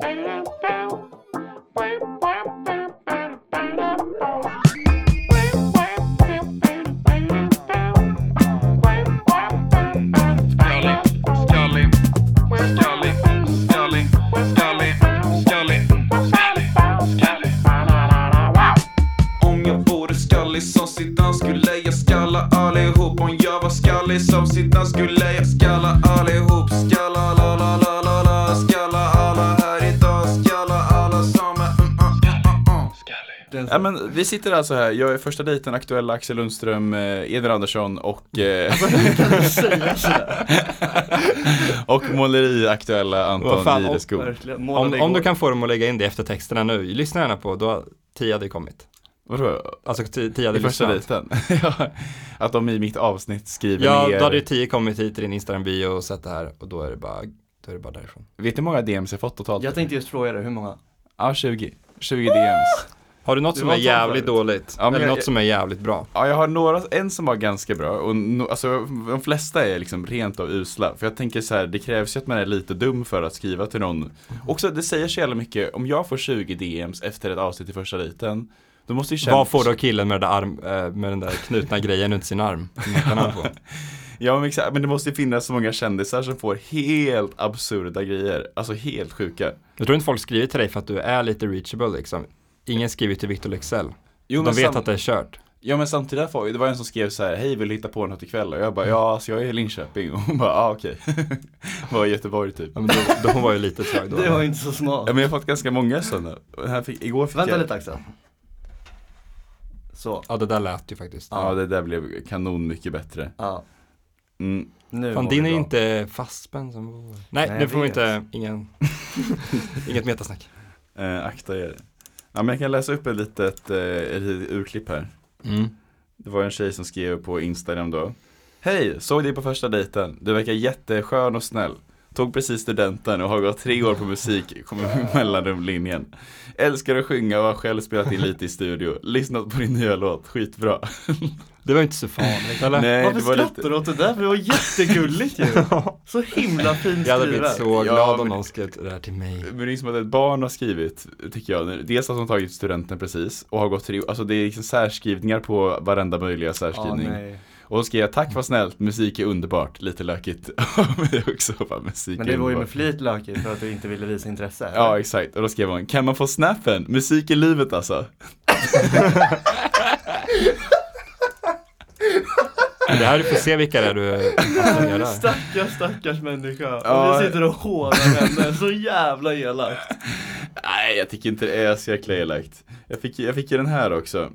Om jag vore skallig som Zidane skulle jag skalla allihop. Om jag var skallig som Zidane skulle jag skalla allihop. Skalla la la la la la. Skalla alla här idag. Skalla alla som är Ja, men vi sitter alltså här. Jag är första dejten, aktuella Axel Lundström, Edvin Andersson och och måleri aktuella Anton Ideskog. Om du kan få dem att lägga in det efter texterna nu. Lyssna gärna på, då har 10 hade kommit. Vadå? Alltså 10 hade I första lyssnat. dejten? Ja, att de i mitt avsnitt skriver Ja, ner. då hade ju 10 kommit hit till din Instagram-bio och sett det här. Och då är det bara därifrån. Vet du hur många DMs jag fått totalt? Jag tänkte just fråga dig, hur många? Ja, 20 DMs. Har du något som är jävligt dåligt? Ja, men eller jag- något som är jävligt bra? Ja, jag har en som var ganska bra. Och alltså, de flesta är liksom rent av usla. För jag tänker så här, det krävs ju att man är lite dum för att skriva till någon. Också, det säger så jävla mycket. Om jag får 20 DMs efter ett avsnitt i första dejten, då måste ju känna... Vad får då killen med, med den där knutna grejen runt sin arm? Kan han få? Ja, men exakt. Men det måste ju finnas så många kändisar som får helt absurda grejer. Alltså helt sjuka. Jag tror inte folk skriver till dig för att du är lite reachable liksom. Ingen skriver till Victor Lexell. Jo, De vet att det är kört. Ja, men samtidigt det var en som skrev så här: hej, vill du hitta på något ikväll? Och jag bara, ja, alltså jag är i Linköping. Och hon bara, okej. Var i Göteborg typ. Ja, men då var ju lite svag då. Det var inte så smart. Ja, men jag har fått ganska många sådana. Igår fick Vänta jag... lite Axel. Så. Ja, det där lät ju faktiskt. Ja, det där blev kanon mycket bättre. Ja. Mm. Nu Fan, mår din vi är bra. inte fastspänd som vår. Nej, Nej, nu får vi jag inte, inget metasnack. Akta er. Ja, men jag kan läsa upp ett litet urklipp här. Mm. Det var en tjej som skrev på Instagram då: hej, såg dig på första dejten. Du verkar jätteskön och snäll. Tog precis studenten och har gått 3 år på musik. Kommer mellanrumlinjen. Älskar att sjunga och har själv spelat in lite i studio. Lyssnat på din nya låt, skitbra. Det var inte så farligt, eller? Nej, Varför det var skrattar lite... du åt det där? För det var jättegulligt ju. Så himla fint Jag hade blivit skrivet. så Ja, glad om men- någon skrev det där till mig. Men det är som att ett barn har skrivit, tycker jag. Dels att de tagit studenten precis och har gått 3 år. Alltså det är liksom särskrivningar på varenda möjliga särskrivning. nej. Och då skrev jag, tack vad snällt, musik är underbart. Lite lökigt av mig också, bara, musik Men är det var ju med underbart. flit lökigt för att du inte ville visa intresse. eller? Ja, exakt. Och då skrev hon, kan man få snappen? Musik är livet alltså. Det här du får se vilka det är du attraherar. Stackars människa. Ja. Och vi sitter och hånar henne. Så jävla elakt. Nej, jag tycker inte det är så jäkla elakt. Jag fick ju den här också.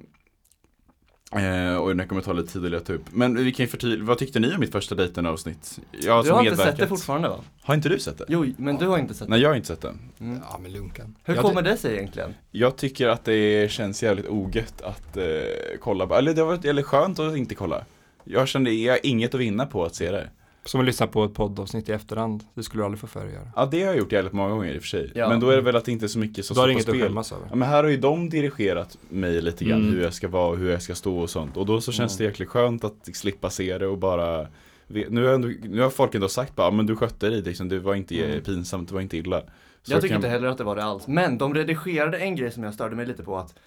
Och den kommer ta lite tid att leta upp. Men vi kan ju förtydliga, vad tyckte ni om mitt första dejten avsnitt? Jag Du som har inte medverkat. sett det fortfarande va? Har inte du sett det? Jo, men du har inte sett det. Nej, jag har inte sett den. Ja, men lunkan. Hur kommer det sig egentligen? Jag tycker att det känns jävligt ogött att kolla på. Eller det var eller skönt att inte kolla. Jag kände jag har inget att vinna på att se det. Som att lyssna på ett poddavsnitt i efterhand. Det skulle du aldrig få för att göra. Ja, det har jag gjort jävligt många gånger i och för sig. Ja. Men då är det väl att det inte är så mycket som Då har står du på inget att spel. skämmas över. Ja, men här har ju de dirigerat mig lite grann Mm. hur jag ska vara och hur jag ska stå och sånt. Och då så känns det jäkligt skönt att slippa se det och bara... Nu har folk ändå sagt bara, men du skötte dig liksom, det var inte pinsamt, det var inte illa. Så Jag tycker inte heller att det var det alls. Men de redigerade en grej som jag störde mig lite på att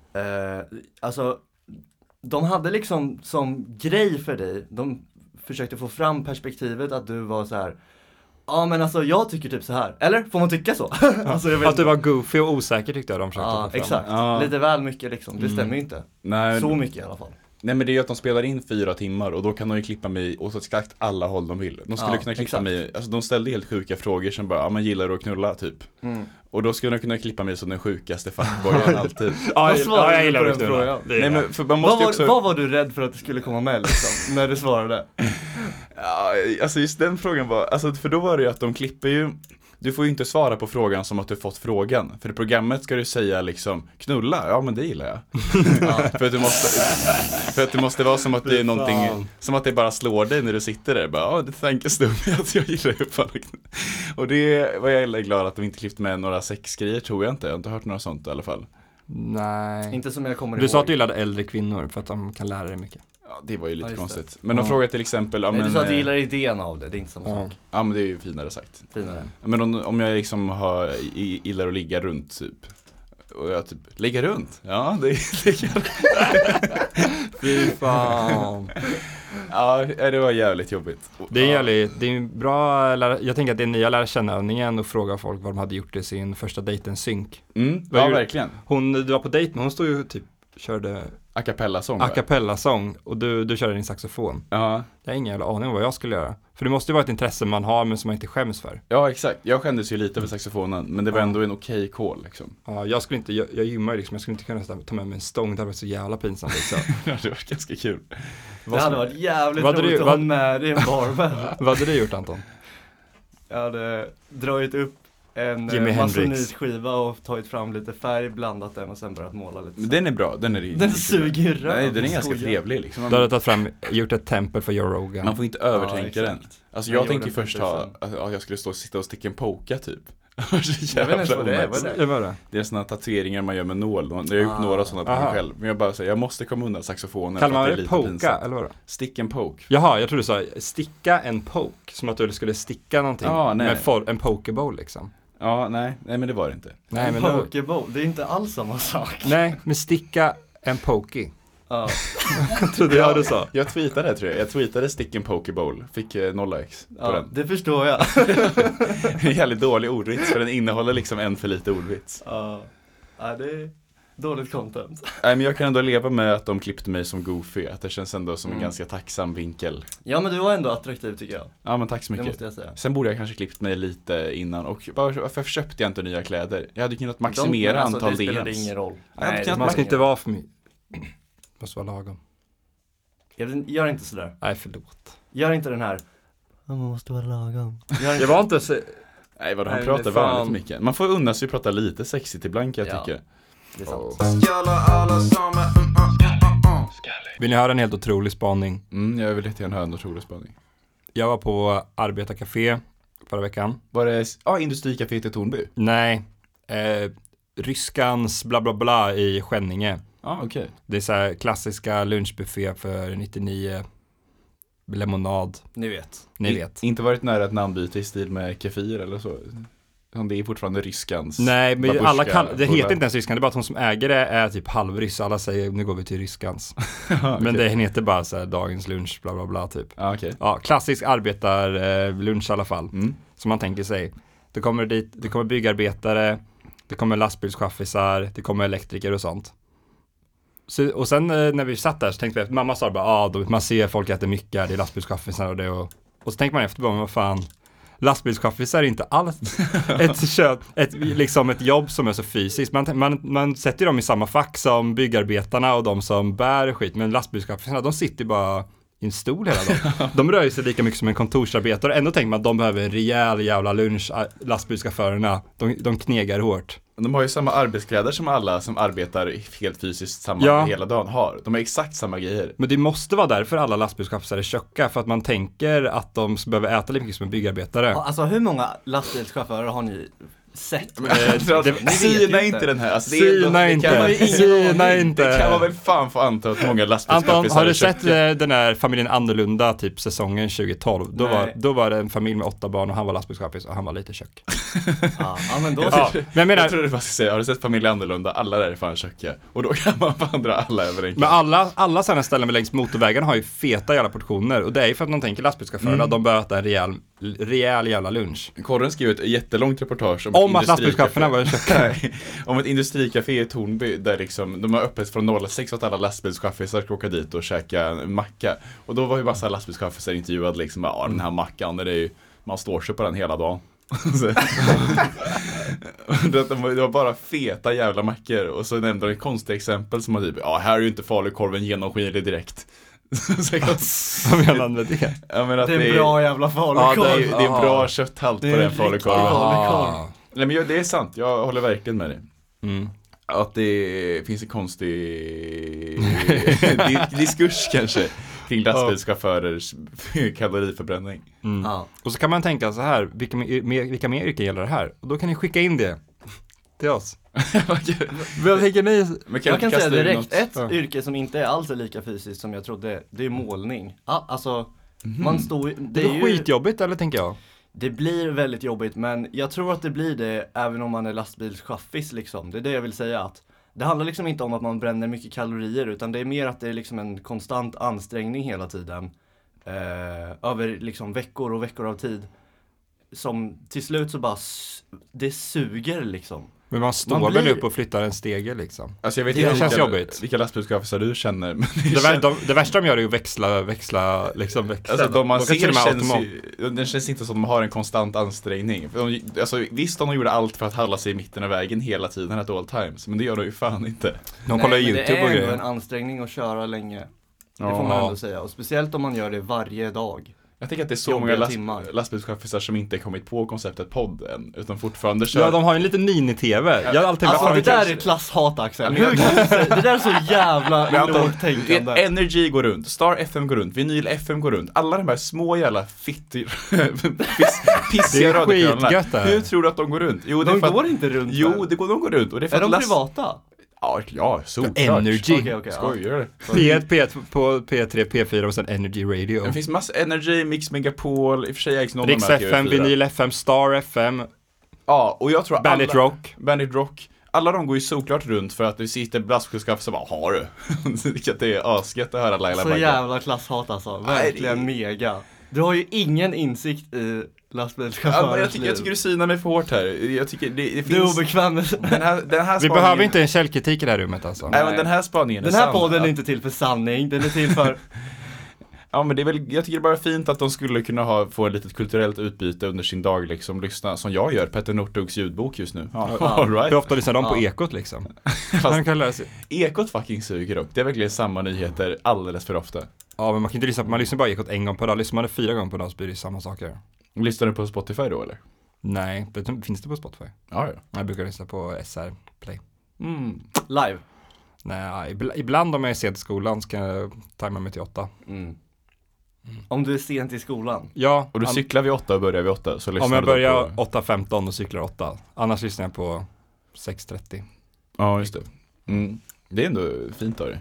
alltså de hade liksom som grej för dig, de försökte få fram perspektivet att du var så här. Ja men alltså jag tycker typ så här. Eller? Får man tycka så? Alltså, jag vet Att du var goofy och osäker tyckte jag de försökte Ja, få fram. exakt. Ja. Lite väl mycket liksom. Det stämmer ju inte. Nej, Så mycket i alla fall. nej, men det är ju att de spelar in 4 timmar och då kan de ju klippa mig åt exakt alla håll de vill. De skulle Ja, kunna klippa exakt. mig, alltså de ställde helt sjuka frågor som bara, ja men gillar du att knulla typ. Och då skulle de kunna klippa mig som den sjukaste fuckboyen alltid. Vad svarade jag du gillar på att den knulla. frågan? Det är Nej, jag. men för man måste ju också... Vad var du rädd för att det skulle komma med liksom, när du svarade? Ja, alltså just den frågan var, alltså för då var det ju att de klipper ju, du får ju inte svara på frågan som att du fått frågan. För i programmet ska du säga liksom, knulla, ja men det gillar jag. för att det måste vara som att det är någonting, som att det bara slår dig när du sitter där. Bara, ja det tänker du att jag gillar ju fan. Och det var jag glad att de inte klippte med några sexgrejer, tror jag inte. Jag har inte hört några sånt i alla fall. Nej. Inte som jag kommer Du ihåg. sa att du gillade äldre kvinnor för att de kan lära dig mycket. Ja, det var ju lite Ja, just det. konstigt. Men de frågar till exempel, ja, Nej, men, du sa att du gillar idén av det är inte samma sak. ja men det är ju finare sagt. Finare. Men om jag liksom gillar att ligga runt typ. Och jag typ, ligga runt? Ja, det kan. Fy fan. Ja, det var jävligt jobbigt. Det är en bra, jag tänker att det är nya lära känna övningen och fråga folk vad de hade gjort i sin första dejten synk. Ja, verkligen. Du var på dejt men hon stod ju typ, körde A cappella-sång. a cappella-sång och du körde din saxofon. Ja. Jag har ingen jävla aning om vad jag skulle göra. För det måste ju vara ett intresse man har men som man inte skäms för. Ja, exakt. Jag skämdes ju lite för saxofonen, men det var ändå en okej call liksom. Ja, jag gymmar ju liksom, jag skulle inte kunna ta med mig en stång, det hade varit så jävla pinsamt liksom. Ja, det var ganska kul. Det hade varit jävligt vad hade roligt du- att ha med dig en barbell. Vad hade du gjort, Anton? Jag hade dragit upp en Jimi Hendrix. masonitskiva och tagit fram lite färg, blandat den och sen börjat måla lite. Men den är bra, den är Den suger röv. Nej, den är ganska Så trevlig liksom. Du hade tagit fram, gjort ett tempel för Joe Rogan. Man får inte övertänka den. exakt. Alltså Jag jag tänkte ju gjorde först den att jag skulle sitta och sticka en poka typ. Jag vet inte ens vad det är, vad är det? Det var det. Det är såna tatueringar man gör med nål. Jag har gjort några sådana på mig Aha. själv. Men jag bara säger, jag måste komma undan saxofonen. Kallar man för det att är lite poka, pinsamt. eller vadå? Stick and poke. Jaha, jag trodde du sa sticka en poke, som att du skulle sticka någonting nej. med en pokeball liksom. Ja, nej men det var det inte. Nej, men Pokeball, det är inte alls samma sak. nej, men sticka en pokey. Ja. Trodde jag du sa. Jag tweetade tror jag. Jag tweetade stick and pokeball. Fick 0x på Ja, den. det förstår jag. En jävligt dålig ordvits, för den innehåller liksom en för lite ordvits. Ja, det är dåligt content. Nej, men jag kan ändå leva med att de klippte mig som Goofy. Att det känns ändå som en ganska tacksam vinkel. Ja, men du var ändå attraktiv tycker jag. Ja, men tack så Det mycket. måste jag säga. Sen borde jag kanske klippt mig lite innan. Och varför köpte jag inte nya kläder? Jag hade kunnat maximera antal Det spelar DMs. ingen roll. Nej, det Man ska inte vara för mycket. Måste vara lagom. Gör inte sådär. Nej, förlåt. Gör inte den här. Man måste vara lagom. Jag var inte så... Nej, vadå, han Nej, pratar men fan. vanligt mycket. Man får unna sig att prata lite sexigt ibland kan jag Ja. tycka. Det är sant. Skalla alla som är Vill ni höra en helt otrolig spaning? Jag vill jättegärna höra en otrolig spaning. Jag var på arbetarcafé förra veckan. Var det, Industricaféet i Tornby? Nej, Ryskans bla bla bla i Skänninge. Ja, okej. Det är så här klassiska lunchbuffé för 99 lemonad. Ni vet. Ni vet. Inte varit nära ett namnbyte i stil med Kefir eller så? Det är fortfarande Ryskans. Nej, men babushka, alla det heter bullar. inte ens Ryskan, det är bara att hon som äger det är typ halvryss. Alla säger nu går vi till Ryskans. Ja, Men okej. det heter bara så här dagens lunch bla bla bla typ. Ja, okej. Ja, klassisk arbetarlunch i alla fall. Mm. Som man tänker sig. Det kommer byggarbetare, det kommer lastbilschaffisar, det kommer elektriker och sånt. Och sen när vi satt där så tänkte vi att mamma sa bara, man ser folk äter mycket, det är lastbilschaffisar och det och så tänker man efter bara, men vad fan, lastbilschaffisar är inte alls ett jobb som är så fysiskt. Man sätter dem i samma fack som byggarbetarna och de som bär skit, men lastbilschaffisarna, de sitter bara i en stol hela dagen. De rör sig lika mycket som en kontorsarbetare. Ändå tänker man att de behöver en rejäl jävla lunch. Lastbilschaufförerna, de knegar hårt. De har ju samma arbetskläder som alla som arbetar helt fysiskt samma hela dagen har. De har exakt samma grejer. Men det måste vara därför alla lastbilschaufförer är tjocka. För att man tänker att de behöver äta lika mycket som en byggarbetare. Alltså hur många lastbilschaufförer har ni sett? Syna inte den här. Alltså, Syna inte. Det kan man väl fan få anta att många lastbilschaffisar Anton, har du köpte. sett den här familjen Annorlunda typ säsongen 2012? Då var det en familj med 8 barn och han var lastbilschaffis och han var lite tjock. Ja, men då Ja, men jag menar, Jag trodde bara skulle säga, har du sett Familj Annorlunda? Alla där är fan tjocka. Och då kan man fan dra alla över en men alla sådana ställen längs motorvägarna har ju feta jävla portioner. Och det är ju för att man tänker lastbilschaufförerna, de behöver äta en rejäl jävla lunch. Korren skrev ett jättelångt reportage Om att lastbilschaufförerna var tjocka. om ett industricafé i Tornby där liksom, de har öppet från 06 för att alla lastbilschaffisar ska åka dit och käka en macka. Och då var ju massa lastbilschaffisar intervjuade liksom, den här mackan, det är ju, man står sig på den hela dagen. Det var bara feta jävla mackor. Och så nämnde de ett konstigt exempel som var typ, här är ju inte falukorven genomskinlig direkt. Vad menar han med det? Jag menar att det är en bra jävla falukorv. det är en bra kötthalt på den falukorven. Nej, men det är sant, jag håller verkligen med dig. Att det finns en konstig diskurs kanske kring lastbilschaufförers kaloriförbränning. Ja. Och så kan man tänka så här, vilka mer yrken gäller det här? Och då kan ni skicka in det till oss. Vad tänker ni? Men Jag kan kasta säga ur direkt, något? ett yrke som inte är alls lika fysiskt som jag trodde, det är målning. Alltså, man står Det är skitjobbigt eller tänker jag? Det blir väldigt jobbigt, men jag tror att det blir det även om man är lastbilschaffis liksom. Det är det jag vill säga, att det handlar liksom inte om att man bränner mycket kalorier, utan det är mer att det är liksom en konstant ansträngning hela tiden. Över liksom veckor och veckor av tid. Som till slut så bara, det suger liksom. Men man står Man väl blir- upp och flyttar en stege liksom. Alltså jag vet Det inte känns vilka, jobbigt. vilka lastbilschaffisar du känner. Men Det värsta de gör är ju växla. alltså de man kan till ser och med känns automat. ju, det känns inte som att de har en konstant ansträngning. För alltså visst de gjorde allt för att hålla sig i mitten av vägen hela tiden at all times. Men det gör de ju fan inte. De kollar Nej, men YouTube och det är ändå grejer. en ansträngning att köra länge. Det Ja. får man ändå säga, och speciellt om man gör det varje dag. Jag tänker att det är så Jobbiga många timmar. lastbilschaffisar som inte kommit på konceptet podd än, utan fortfarande kör. Ja, de har ju en liten mini-tv. Jag har alltid Alltså bara, det där är klasshat, Axel. Hur kan du säga? Det där är så jävla Men Anton, lågt tänkande. Energy går runt, Star FM går runt, Vinyl FM går runt. Alla de här små jävla pissiga Det är radiokanalerna. skitgött det här. Hur tror du att de går runt? Jo, det är De för att, går inte runt Jo, väl? de går runt. Och det är för Är de att privata? Ja, såklart. Energy. Okej, ja. Skojar du? P1, P1 på P3, P4 och sen Energy Radio. Det finns massa Energy, Mix Megapol, i och för sig ägs någon av Rix de här FM, TV4. Vinyl FM, Star FM, Ja, och jag tror Bandit alla, Rock. Bandit Rock. Alla de går ju såklart runt för att det sitter lastbilschaffisar som bara, har du? Tycker att det är asgött att höra Laila Så Bagge. jävla klasshat alltså, verkligen mega. Du har ju ingen insikt i Ja, men lastbilschaufförers jag tycker du synar mig för hårt här. Jag tycker det Du är finns... obekväm med Den här Vi spaningen, behöver inte en källkritik i det här rummet alltså. Nej, men den här spaningen är Den här sann. podden är inte till för sanning, den är till för... Ja, men det är väl, jag tycker det är bara fint att de skulle kunna få ett litet kulturellt utbyte under sin dag liksom, lyssna som jag gör, Petter Northugs ljudbok just nu. Ja, all right. Hur ofta lyssnar de på Ja. Ekot liksom? Fast Man kan lära sig. Ekot fucking suger dock. Det är verkligen samma nyheter alldeles för ofta. Ja, men man kan inte lyssna på, man lyssnar bara Ekot en gång per dag. Lyssnar man det 4 gånger per dag så blir det samma saker. Lyssnar du på Spotify då eller? Nej, finns det på Spotify? Ja, ja. Jag brukar lyssna på SR Play. Live. Nej, ibland om jag är sent i skolan ska jag tajma mig till 8. Om du är sent i skolan. Ja, Och du cyklar vid 8 och börjar vid 8 så lyssnar om jag du då börjar på... 8:15 och cyklar 8. Annars lyssnar jag på 6:30. Ja, just det. Det är ändå fint av dig.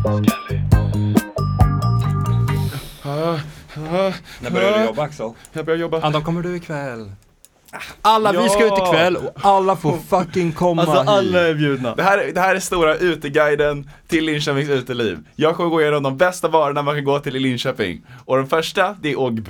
När börjar du jobba, Axel? Jag börjar jobba. Anton, kommer du ikväll? Alla, vi ska ut ikväll och alla får fucking komma Alltså alla hit. är bjudna. Det här är stora uteguiden till Linköpings uteliv. Jag kommer gå igenom de bästa varorna man kan gå till i Linköping. Och den första, det är OGB.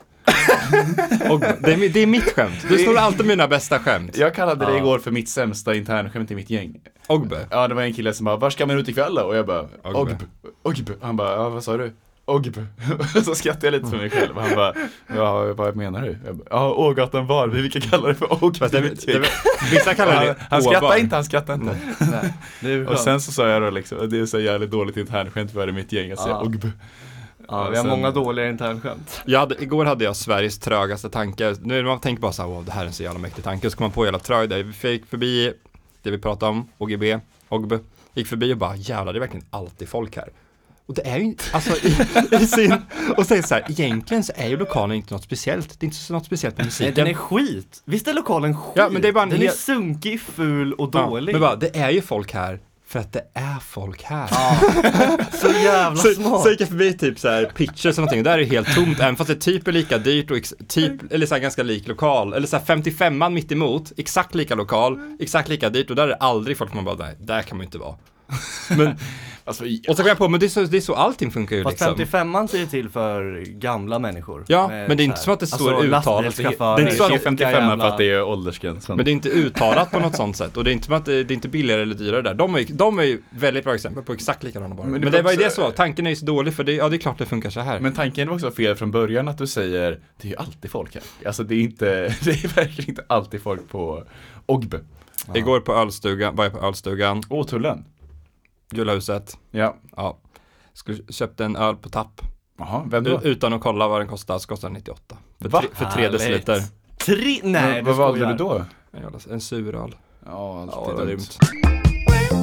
Och det är mitt skämt. Du slår alltid mina bästa skämt. Jag kallade det igår för mitt sämsta internskämt i mitt gäng. Ogbe. Ja, det var en kille som bara, var ska man ut ikväll då? Och jag bara, OGB. OGB. Han bara, ja vad sa du? OGB. Så skrattade jag lite för mig själv. Han bara, ja vad menar du? Jag bara, ja Ågatan var, vi kan kalla det för OGB. Fast vissa kallar det Han skrattar Åvar. inte, han skrattar inte. Nej, det är Och skönt. sen så sa jag då liksom, det är så jävligt dåligt internskämt för mitt gäng att säga Ja. OGB. Ja, vi har sen- många dåliga internskämt. Igår hade jag Sveriges trögaste tanke. Nu man tänker bara så här, det här är en så jävla mäktig tanke. Så kom man på hela trög där. Vi gick förbi det vi pratade om, OGB. Gick förbi och bara, jävlar det är verkligen alltid folk här. Och det är ju alltså och säger så här, egentligen så är ju lokalen inte något speciellt. Det är inte så något speciellt med Nej, musiken. den är skit. Visst är lokalen skit? Ja, men det är bara en den är hel- sunkig, ful och Ja, dålig. men bara, det är ju folk här för att det är folk här. Så jävla Så smart. gick jag förbi typ så här pitchers och någonting, där är det helt tomt, även fast det typ är lika dyrt och typ, eller så här ganska lik lokal, eller så här 55an mitt emot, exakt lika lokal, exakt lika dyrt, och där är det aldrig folk, man bara, nej, där kan man ju inte vara. Men, Alltså, och så kom jag på, men det är så allting funkar ju Fast liksom. 55an ser ju till för gamla människor. Ja, Med men det är inte så som här- att det står alltså, uttalat. lastbilschaufförer, Det är inte så att- tjocka 55 jävla- för att det är åldersgränsen. Men det är inte uttalat på något sånt sätt, och det är inte som att det är inte billigare eller dyrare där. De är ju väldigt bra exempel på exakt likadana varor. Men Men det det var ju också- det så, tanken är ju så dålig, för det är klart det funkar så här. Men tanken var också fel från början att du säger, det är ju alltid folk här. Alltså det är inte, det är verkligen inte alltid folk på OGB. Igår på ölstugan, var jag på ölstugan, Tullen. Gullahuset. Ja. Ja. Köpte en öl på tapp. Jaha, vem då? Utan att kolla vad den kostar, så kostar den 98. Va? För 3 Härligt. deciliter. Nej, Vad valde du då? En suröl. Ja, Ja, alltid det var dumt. dumt.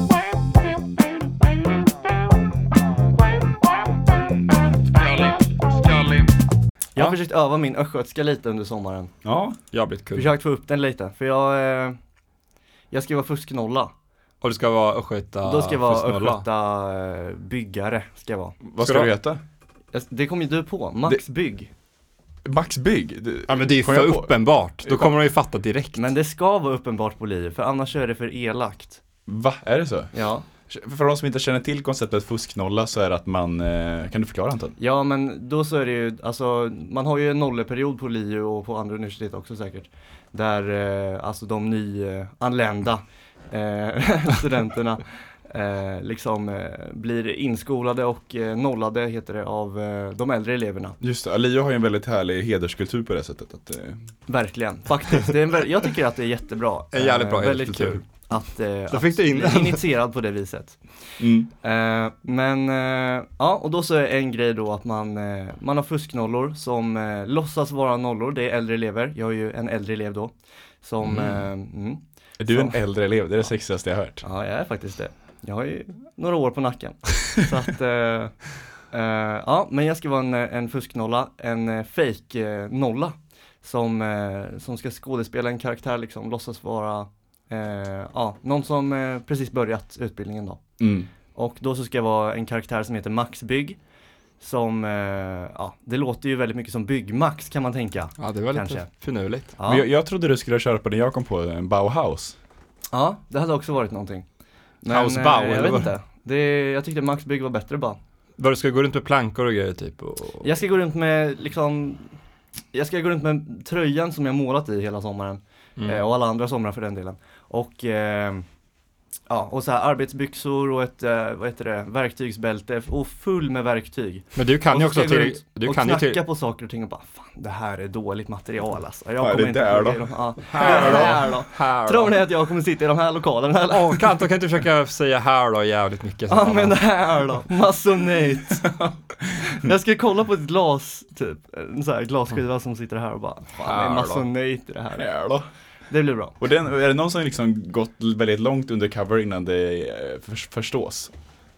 Jag har försökt öva min östgötska lite under sommaren. Ja, Jag har blivit kung. Försökt få upp den lite, för jag Jag ska vara fusknolla. Och du ska vara östgöta. Då ska jag vara fusknolla. östgöta byggare, ska jag vara. Vad ska du heta? Det kommer ju du på, Max Bygg. Max Bygg? Ja men det är ju Kom för jag på? uppenbart. Då kommer de ju fatta direkt. Men det ska vara uppenbart på liv, för annars är det för elakt. Va? Är det så? Ja. För de som inte känner till konceptet fusknolla så är det att man, kan du förklara Anton? Ja, men då så är det ju, alltså man har ju en nolleperiod på LiU och på andra universitet också säkert. Där alltså de nyanlända studenterna blir inskolade och nollade heter det av de äldre eleverna. Just det, Lio har ju en väldigt härlig hederskultur på det sättet att, Verkligen, faktiskt. Det är jag tycker att det är jättebra. En jävligt bra väldigt hederskultur. kul att, Så fick du in bli den. initierad på det viset. Ja, och då så är en grej då att man har fusknollor som låtsas vara nollor. Det är äldre elever. Jag är ju en äldre elev då. Som, är du en äldre elev? Det är det sexigaste jag har hört. Ja, jag är faktiskt det. Jag har ju några år på nacken. Så att, ja, men jag ska vara en fusknolla, en fake nolla som ska skådespela en karaktär liksom, låtsas vara någon som precis börjat utbildningen då. Och då så ska jag vara en karaktär som heter Max Bygg. Som, det låter ju väldigt mycket som Byggmax kan man tänka. Ja, det var kanske lite finurligt. Ja. Men jag trodde du skulle köra på det jag kom på, en Bauhaus. Ja, det hade också varit någonting. Men Hausbau, jag eller vet vad? inte. Jag tyckte Max Bygg var bättre bara. Var du ska gå runt med plankor och grejer typ? Jag ska gå runt med jag ska gå runt med tröjan som jag målat i hela sommaren. Och alla andra somrar för den delen. Och och så här arbetsbyxor och ett verktygsbälte och full med verktyg. Men du kan ju Och så också ska jag gå till... runt Du och kan ju knacka till... på saker och ting och bara fan, det här är dåligt material alltså. Jag Ja, kommer det inte där på då? det. Ja. Här då. Här Tror ni att jag kommer sitta i de här lokalerna eller? Kan inte försöka säga här då jävligt mycket? Ja men det här då, masonit. Jag ska kolla på ett glas typ, en sån här glasskiva som sitter här och bara fan, det är Här då. masonit i det här. Ja då. Det blir bra. Och är det någon som liksom gått väldigt långt under cover innan det förstås?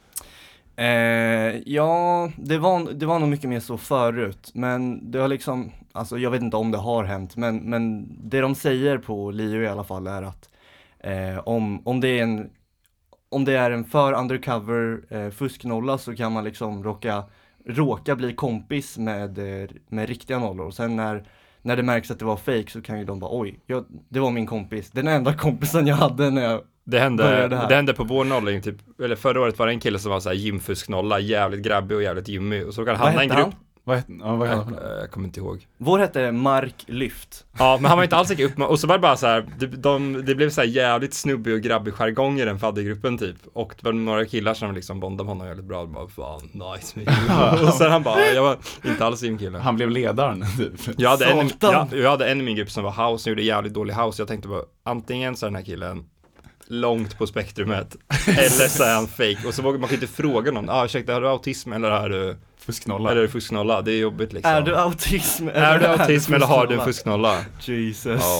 Ja, det var nog mycket mer så förut, men det har liksom, alltså jag vet inte om det har hänt, men det de säger på LiU i alla fall är att om det är en för undercover fusknolla så kan man liksom råka bli kompis med riktiga nollor, och sen när det märks att det var fake så kan ju de bara oj, det var min kompis, den enda kompisen jag hade när jag Det började här. hände på vår nolling typ, eller förra året var det en kille som var så här gymfusknolla, jävligt grabbig och jävligt gymmig, och så kan han Vad en hette grupp. han? Vad heter han? Jag kommer inte ihåg. Vår hette Mark Lyft. Ja, men han var inte alls lika och så var det bara så här, det blev så här jävligt snubbig och grabbig jargong i den faddergruppen typ, och det var några killar som liksom bondade honom jävligt bra och bara fan nice och sen han bara, jag var inte alls gymkille. Han blev ledaren typ. Jag Satan. hade en i min grupp som var house, som gjorde jävligt dålig house. Jag tänkte bara, antingen så är den här killen långt på spektrumet eller så är han fake. Och så vågar man inte fråga någon, ursäkta, har du autism eller är du Fusknolla. eller är du fusknolla? Det är jobbigt liksom. Är du autism eller har du fusknolla? Jesus. Ja.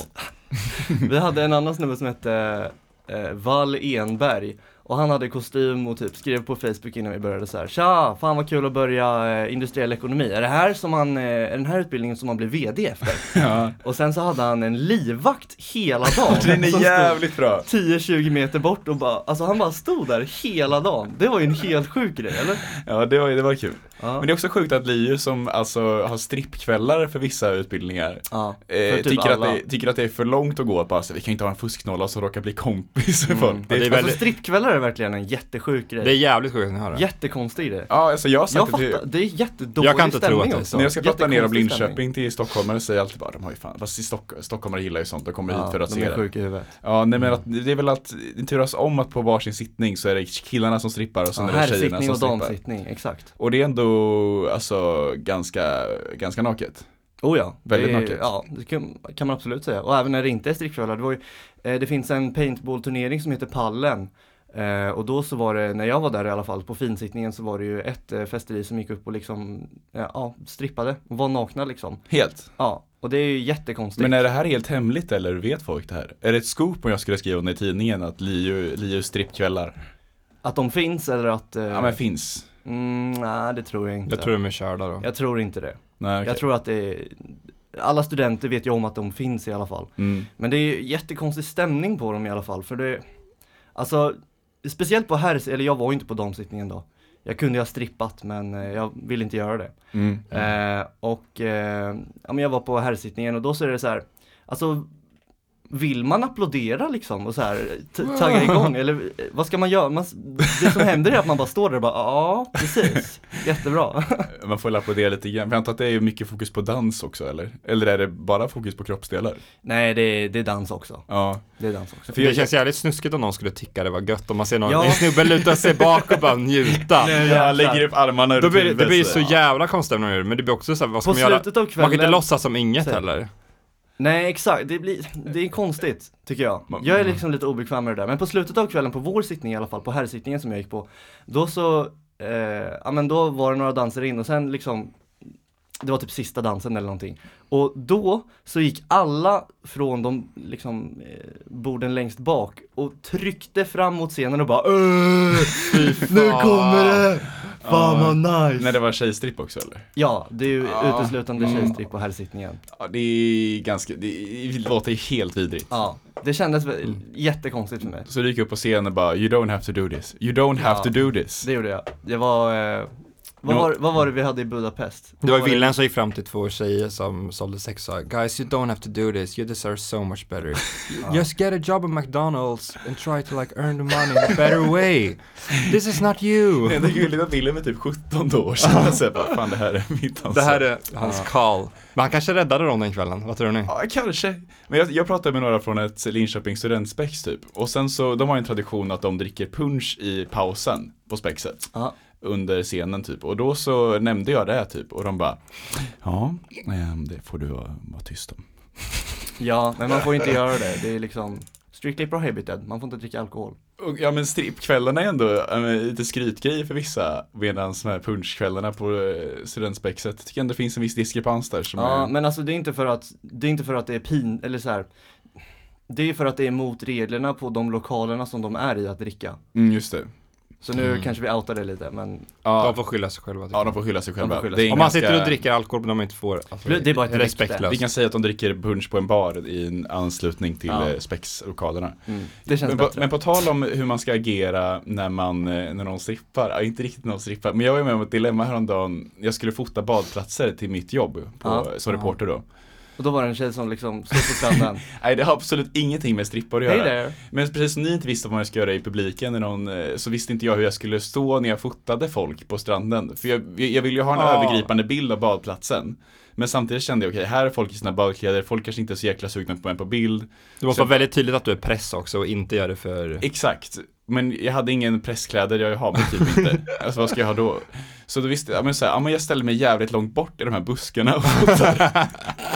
Vi hade en annan snubbe som hette Val Enberg. Och han hade kostym och typ skrev på Facebook innan vi började så här: tja, fan vad kul att börja industriell ekonomi. Är det här är den här utbildningen som man blir vd efter? Ja. Och sen så hade han en livvakt hela dagen. Den är som jävligt bra. stod 10-20 meter bort och bara, alltså han bara stod där hela dagen. Det var ju en helt sjuk grej, eller? Ja, det var kul. Ja. Men det är också sjukt att LiU som alltså har strippkvällar för vissa utbildningar Ja, för typ alla. tycker att det är för långt att gå att bara, vi kan inte ha en fusknolla som råkar bli kompis med folk. det är Alltså väldigt- strippkvällar är verkligen en jättesjuk grej. Det är jävligt sjukt att ni hör det. Jättekonstig grej. Ja, alltså jag har sagt Jag det till, fattar, det är jättedålig Jag kan inte tro stämning att det är också. så. när jag ska prata ner om Jättekonstig Linköping stämning. till stockholmare säger jag alltid bara, de har ju fan, fast stockholmare gillar ju sånt, de kommer hit för att de se är det. sjuka i huvudet. Ja, nej men att, det är väl att det turas om att på varsin sittning så är det killarna som strippar och sen är det tjejerna Herrsittning som och strippar. damsittning, exakt. Och det är ändå alltså ganska naket. Oh ja, Väldigt det är- naket. Ja, det kan man absolut säga. Och även när det inte är strippkvällar, det finns en paintball-turnering som heter Pallen. Och då så var det, när jag var där i alla fall, på finsittningen så var det ju ett festeri som gick upp och liksom, strippade och var nakna liksom. Helt. Ja, och det är ju jättekonstigt. Men är det här helt hemligt eller vet folk det här? Är det ett scoop om jag skulle skriva under i tidningen att LiU strippkvällar? Att de finns eller att... Ja men finns. Nej, det tror jag inte. Jag tror de är körda då. Jag tror inte det. Nej, okej. Jag tror att det är alla studenter vet ju om att de finns i alla fall. Men det är jättekonstig stämning på dem i alla fall, för det, alltså, speciellt på eller jag var ju inte på damsittningen då. Jag kunde ju ha strippat, men jag ville inte göra det. Ja, men jag var på herrsittningen och då så är det så här, alltså, vill man applådera liksom och så här tagga igång, eller vad ska man göra? Det som händer är att man bara står där och bara, ja, precis, jättebra. Man får applådera lite grann. Jag antar att det är mycket fokus på dans också, eller är det bara fokus på kroppsdelar? Nej, det är dans också. Ja. Det är dans också. För det känns jävligt snuskigt om någon skulle tycka det var gött. Om man ser en snubbe luta sig bak och bara njuta. Ja, lägger upp armarna. Då det blir så jävla konstigt, men det blir också så här, vad ska man göra? Man kan inte låtsas som inget heller. Nej, exakt. Det är konstigt, tycker jag. Jag är liksom lite obekväm med det där. Men på slutet av kvällen, på vår sittning i alla fall, på herrsittningen som jag gick på, då så, men då var det några danser in och sen liksom, det var typ sista dansen eller någonting. Och då så gick alla från de liksom borden längst bak och tryckte fram mot scenen och bara nu kommer det! Fan vad nice! När det var tjejstripp också, eller? Ja, det är ju uteslutande tjejstripp på herrsittningen. Ja, det är ganska, det låter helt vidrigt. Ja, det kändes jättekonstigt för mig. Så du gick upp på scenen och bara, you don't have to do this. You don't have to do this. Det gjorde jag. Det var... Vad var det vi hade i Budapest? Det var Wilhelm som gick fram till två tjejer som sålde sex och sa, guys, you don't have to do this, you deserve so much better. Just get a job at McDonald's and try to like earn the money in a better way. This is not you. Jag tycker att Wilhelm är typ 17 år sedan. Så jag bara, fan, det här är mitt ansvar. Det här är hans call. Men han kanske räddade dem den kvällen, vad tror ni? Ja, kanske. Men jag pratade med några från ett Linköping studentspex typ. Och sen så, de har en tradition att de dricker punch i pausen på spexet. Under scenen typ. Och då så nämnde jag det typ. Och de bara, ja, det får du vara tyst om. Ja, men man får inte göra det. Det är liksom strictly prohibited. Man får inte dricka alkohol. Och, ja, men strippkvällarna är ändå lite skrytgrej för vissa. Medan de här punchkvällarna på studentspexet, tycker jag ändå finns en viss diskrepans där. Som men alltså det är inte för att det är eller så här. Det är för att det är mot reglerna på de lokalerna som de är i att dricka. Just det. Så nu kanske vi outar det lite, men... Ja, de får skylla sig själva. Ja, de får skylla sig själva. Om man sitter och dricker alkohol men de inte får... Alltså, det är bara ett respektlöst. Vi kan säga att de dricker punch på en bar i en anslutning till spexlokalerna. Det känns bättre. Men på tal om hur man ska agera när någon strippar, inte riktigt någon strippar, men jag var med om ett dilemma häromdagen. Jag skulle fota badplatser till mitt jobb som reporter då. Och då var det en tjej som liksom stod på stranden. Nej, det har absolut ingenting med strippor att göra. Hey there. Men precis som ni inte visste vad jag ska göra i publiken så visste inte jag hur jag skulle stå när jag fotade folk på stranden. För jag vill ju ha en övergripande bild av badplatsen. Men samtidigt kände jag, okej, här är folk i sina badkläder. Folk kanske inte är så jäkla sugna på mig på bild. Det måste vara väldigt tydligt att du är press också och inte gör det för... Exakt. Men jag hade ingen presskläder, jag har mig typ inte. Alltså vad ska jag ha då? Så då visste jag, men jag ställer mig jävligt långt bort i de här buskarna och fotar.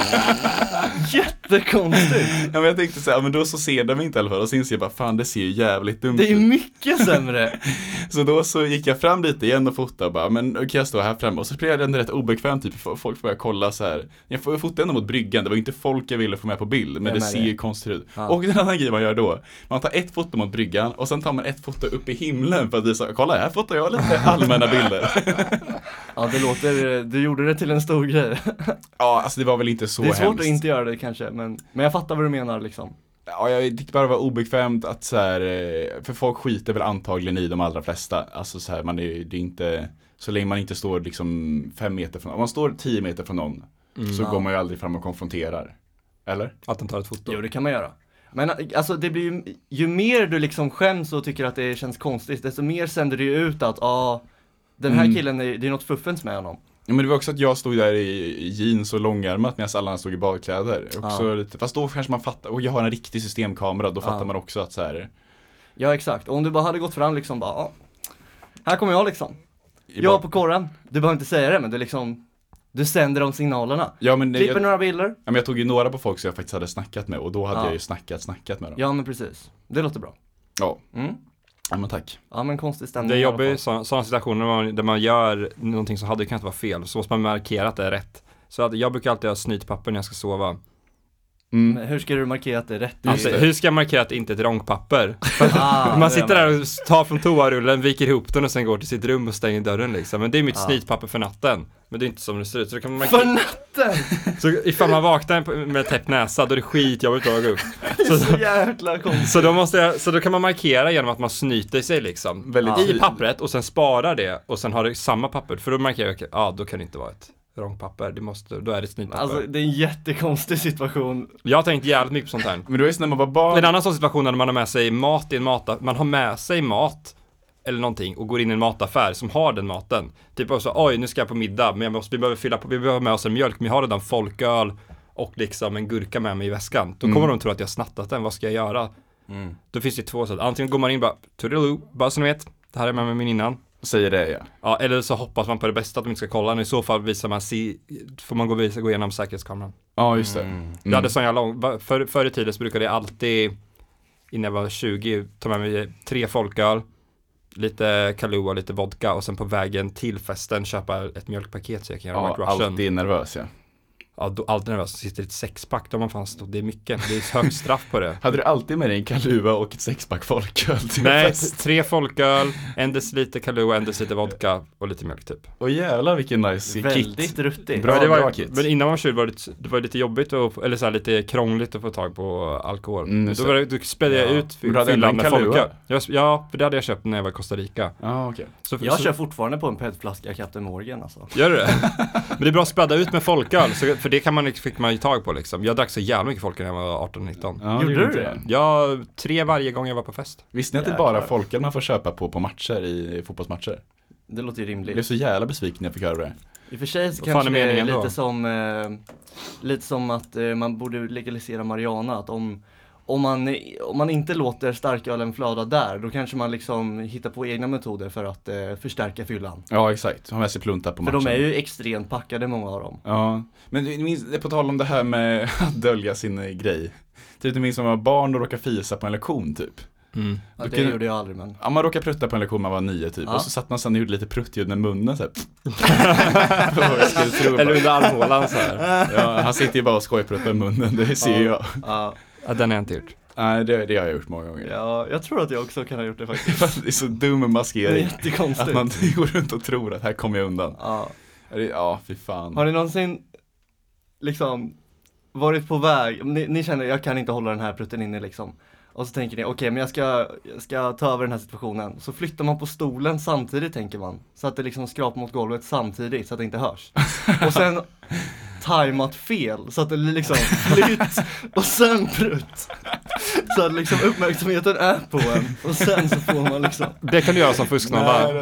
Jättekonstigt. Ja, men jag tänkte så här, men då så ser de inte i alla fall. Och så inser jag bara, fan, det ser ju jävligt dumt ut. Det är mycket sämre. Så då så gick jag fram lite igen och fotade och bara, men kan jag stå här framme? Och så blev jag ändå rätt obekväm typ, för folk började kolla så här. Jag fotade ändå mot bryggan, det var inte folk jag ville få med på bild, men det ser ju konstigt ut. Och den andra grejen man gör då, man tar ett foto mot bryggan och sen tar man ett foto upp i himlen för att visa, kolla här fotar jag lite allmänna bilder. Ja, du gjorde det till en stor grej. Ja, alltså det var väl inte så hemskt. Det är svårt att inte göra det kanske, men jag fattar vad du menar liksom. Ja, jag tyckte bara det var obekvämt att så här, för folk skiter väl antagligen i de allra flesta. Alltså så här, det är inte, så länge man inte står liksom 5 meter från, om man står 10 meter från någon så går man ju aldrig fram och konfronterar. Eller? Att den tar ett foto. Jo, det kan man göra. Men alltså det blir ju mer du liksom skäms och tycker att det känns konstigt, desto mer sänder det ju ut att den här killen, det är något fuffens med honom. Ja, men det var också att jag stod där i jeans och långärmat medan alla stod i badkläder. Också lite, fast då kanske man fattar, och jag har en riktig systemkamera, då fattar man också att så här. Ja, exakt. Och om du bara hade gått fram liksom bara, här kommer jag liksom. Jag på korren. Du behöver inte säga det, men du sänder de signalerna. Ja, men klipper några bilder. Ja, men jag tog ju några på folk som jag faktiskt hade snackat med, och då hade jag ju snackat med dem. Ja, men precis. Det låter bra. Ja. Ja, men tack. Ja, men konstig stämning. Det är jobbigt i sådana situationer där man gör någonting som hade kunnat vara fel, så måste man markera att det är rätt. Så att jag brukar alltid ha snytpapper när jag ska sova. Men hur ska du markera att det är rätt? Alltså, hur ska jag markera att det inte är ett rångpapper? Man sitter där och tar från toarullen, viker ihop den och sen går till sitt rum och stänger dörren liksom. Men det är mitt snytpapper för natten. Men det är inte som det ser ut. Så då kan man För natten! så ifall man vaknar med täppt näsa, då är det skit jag vill ta upp. Det är så jävla konstigt. Så då kan man markera genom att man snyter sig liksom. I pappret och sen sparar det. Och sen har det samma papper. För då markerar jag, då kan det inte vara ett wrongpapper. Då är det ett snytpapper. Alltså det är en jättekonstig situation. Jag har tänkt jävligt mycket på sånt här. Men då är det när man var barn. En annan sån situation när man har med sig mat i en man har med sig mat eller någonting och går in i en mataffär som har den maten. Typ också, oj nu ska jag på middag men vi behöver med oss en mjölk, men jag har redan folköl och liksom en gurka med mig i väskan. Då kommer de tro att jag snattat den, vad ska jag göra? Då finns det 2 sätt. Antingen går man in bara, toodaloo, bara så ni vet, det här är med min innan. Säger det, ja. Ja, eller så hoppas man på det bästa att de inte ska kolla. Men i så fall får man gå igenom säkerhetskameran. Ja, just det. Jag hade sån jävla förr i tiden så brukade jag alltid, innan jag var 20, ta med mig 3 folköl, lite Kahlua, lite vodka och sen på vägen till festen köpa ett mjölkpaket så jag kan göra White Russian. Alltid nervös, ja. Ja, då alltid nervös. Så sitter det ett 6-pack då man fanns då. Det är mycket. Det är högt straff på det. Hade du alltid med dig en Kahlua och ett 6-pack folköl till Nej, fest? 3 folköl, 1 deciliter Kahlua, 1 deciliter vodka och lite mjölk typ. Åh jävlar vilken nice kit. Väldigt ruttigt. Bra kit. Men innan man var 20 var det lite jobbigt eller så här, lite krångligt att få tag på alkohol. Då spelade jag ut fyllan med folköl. Ja, för det hade jag köpt när jag var i Costa Rica. Ja, okej. Jag kör fortfarande på en petflaska Captain Morgan alltså. Gör du det? Men det är bra att späda ut med folköl, för det fick man ju tag på liksom. Jag drack så jävla mycket folköl när jag var 18-19. Ja, gjorde du det? Ja, 3 varje gång jag var på fest. Visste ni att det är bara folköl man får köpa på matcher i fotbollsmatcher? Det låter ju rimligt. Jag blev så jävla besviken när jag fick höra det. I och för sig så kanske det är lite som att man borde legalisera marijuana. Att om man inte låter starkölen flöda där, då kanske man liksom hittar på egna metoder för att förstärka fyllan. Ja, exakt. Ha med sig plunta på matchen. För de är ju extremt packade, många av dem. Ja, men du minns, på tal om det här med att dölja sin grej. Typ du minns som var barn och råkade fisa på en lektion typ. Ja, det gjorde jag aldrig, men... Ja, man råkade prutta på en lektion, man var 9 typ. Och så satt man sen och gjorde lite pruttljud med munnen så här. Eller under armhålan så här. Ja, han sitter ju bara och skojpruttar med munnen, det ser jag. Ja, den har jag inte gjort. Nej, det har jag gjort många gånger. Ja, jag tror att jag också kan ha gjort det faktiskt. Det är så dum maskering. Det är jättekonstigt. Att man går runt och tror att här kommer jag undan. Ja, fy fan. Har ni någonsin liksom varit på väg, ni känner jag kan inte hålla den här prutten inne liksom. Och så tänker ni, okej, men jag ska ta över den här situationen. Så flyttar man på stolen samtidigt, tänker man. Så att det liksom skrapar mot golvet samtidigt, så att det inte hörs. Och sen tajmat fel, så att det liksom flytt och sen prutt. Så att liksom uppmärksamheten är på en. Och sen så får man liksom... Det kan du göra som fusknabba.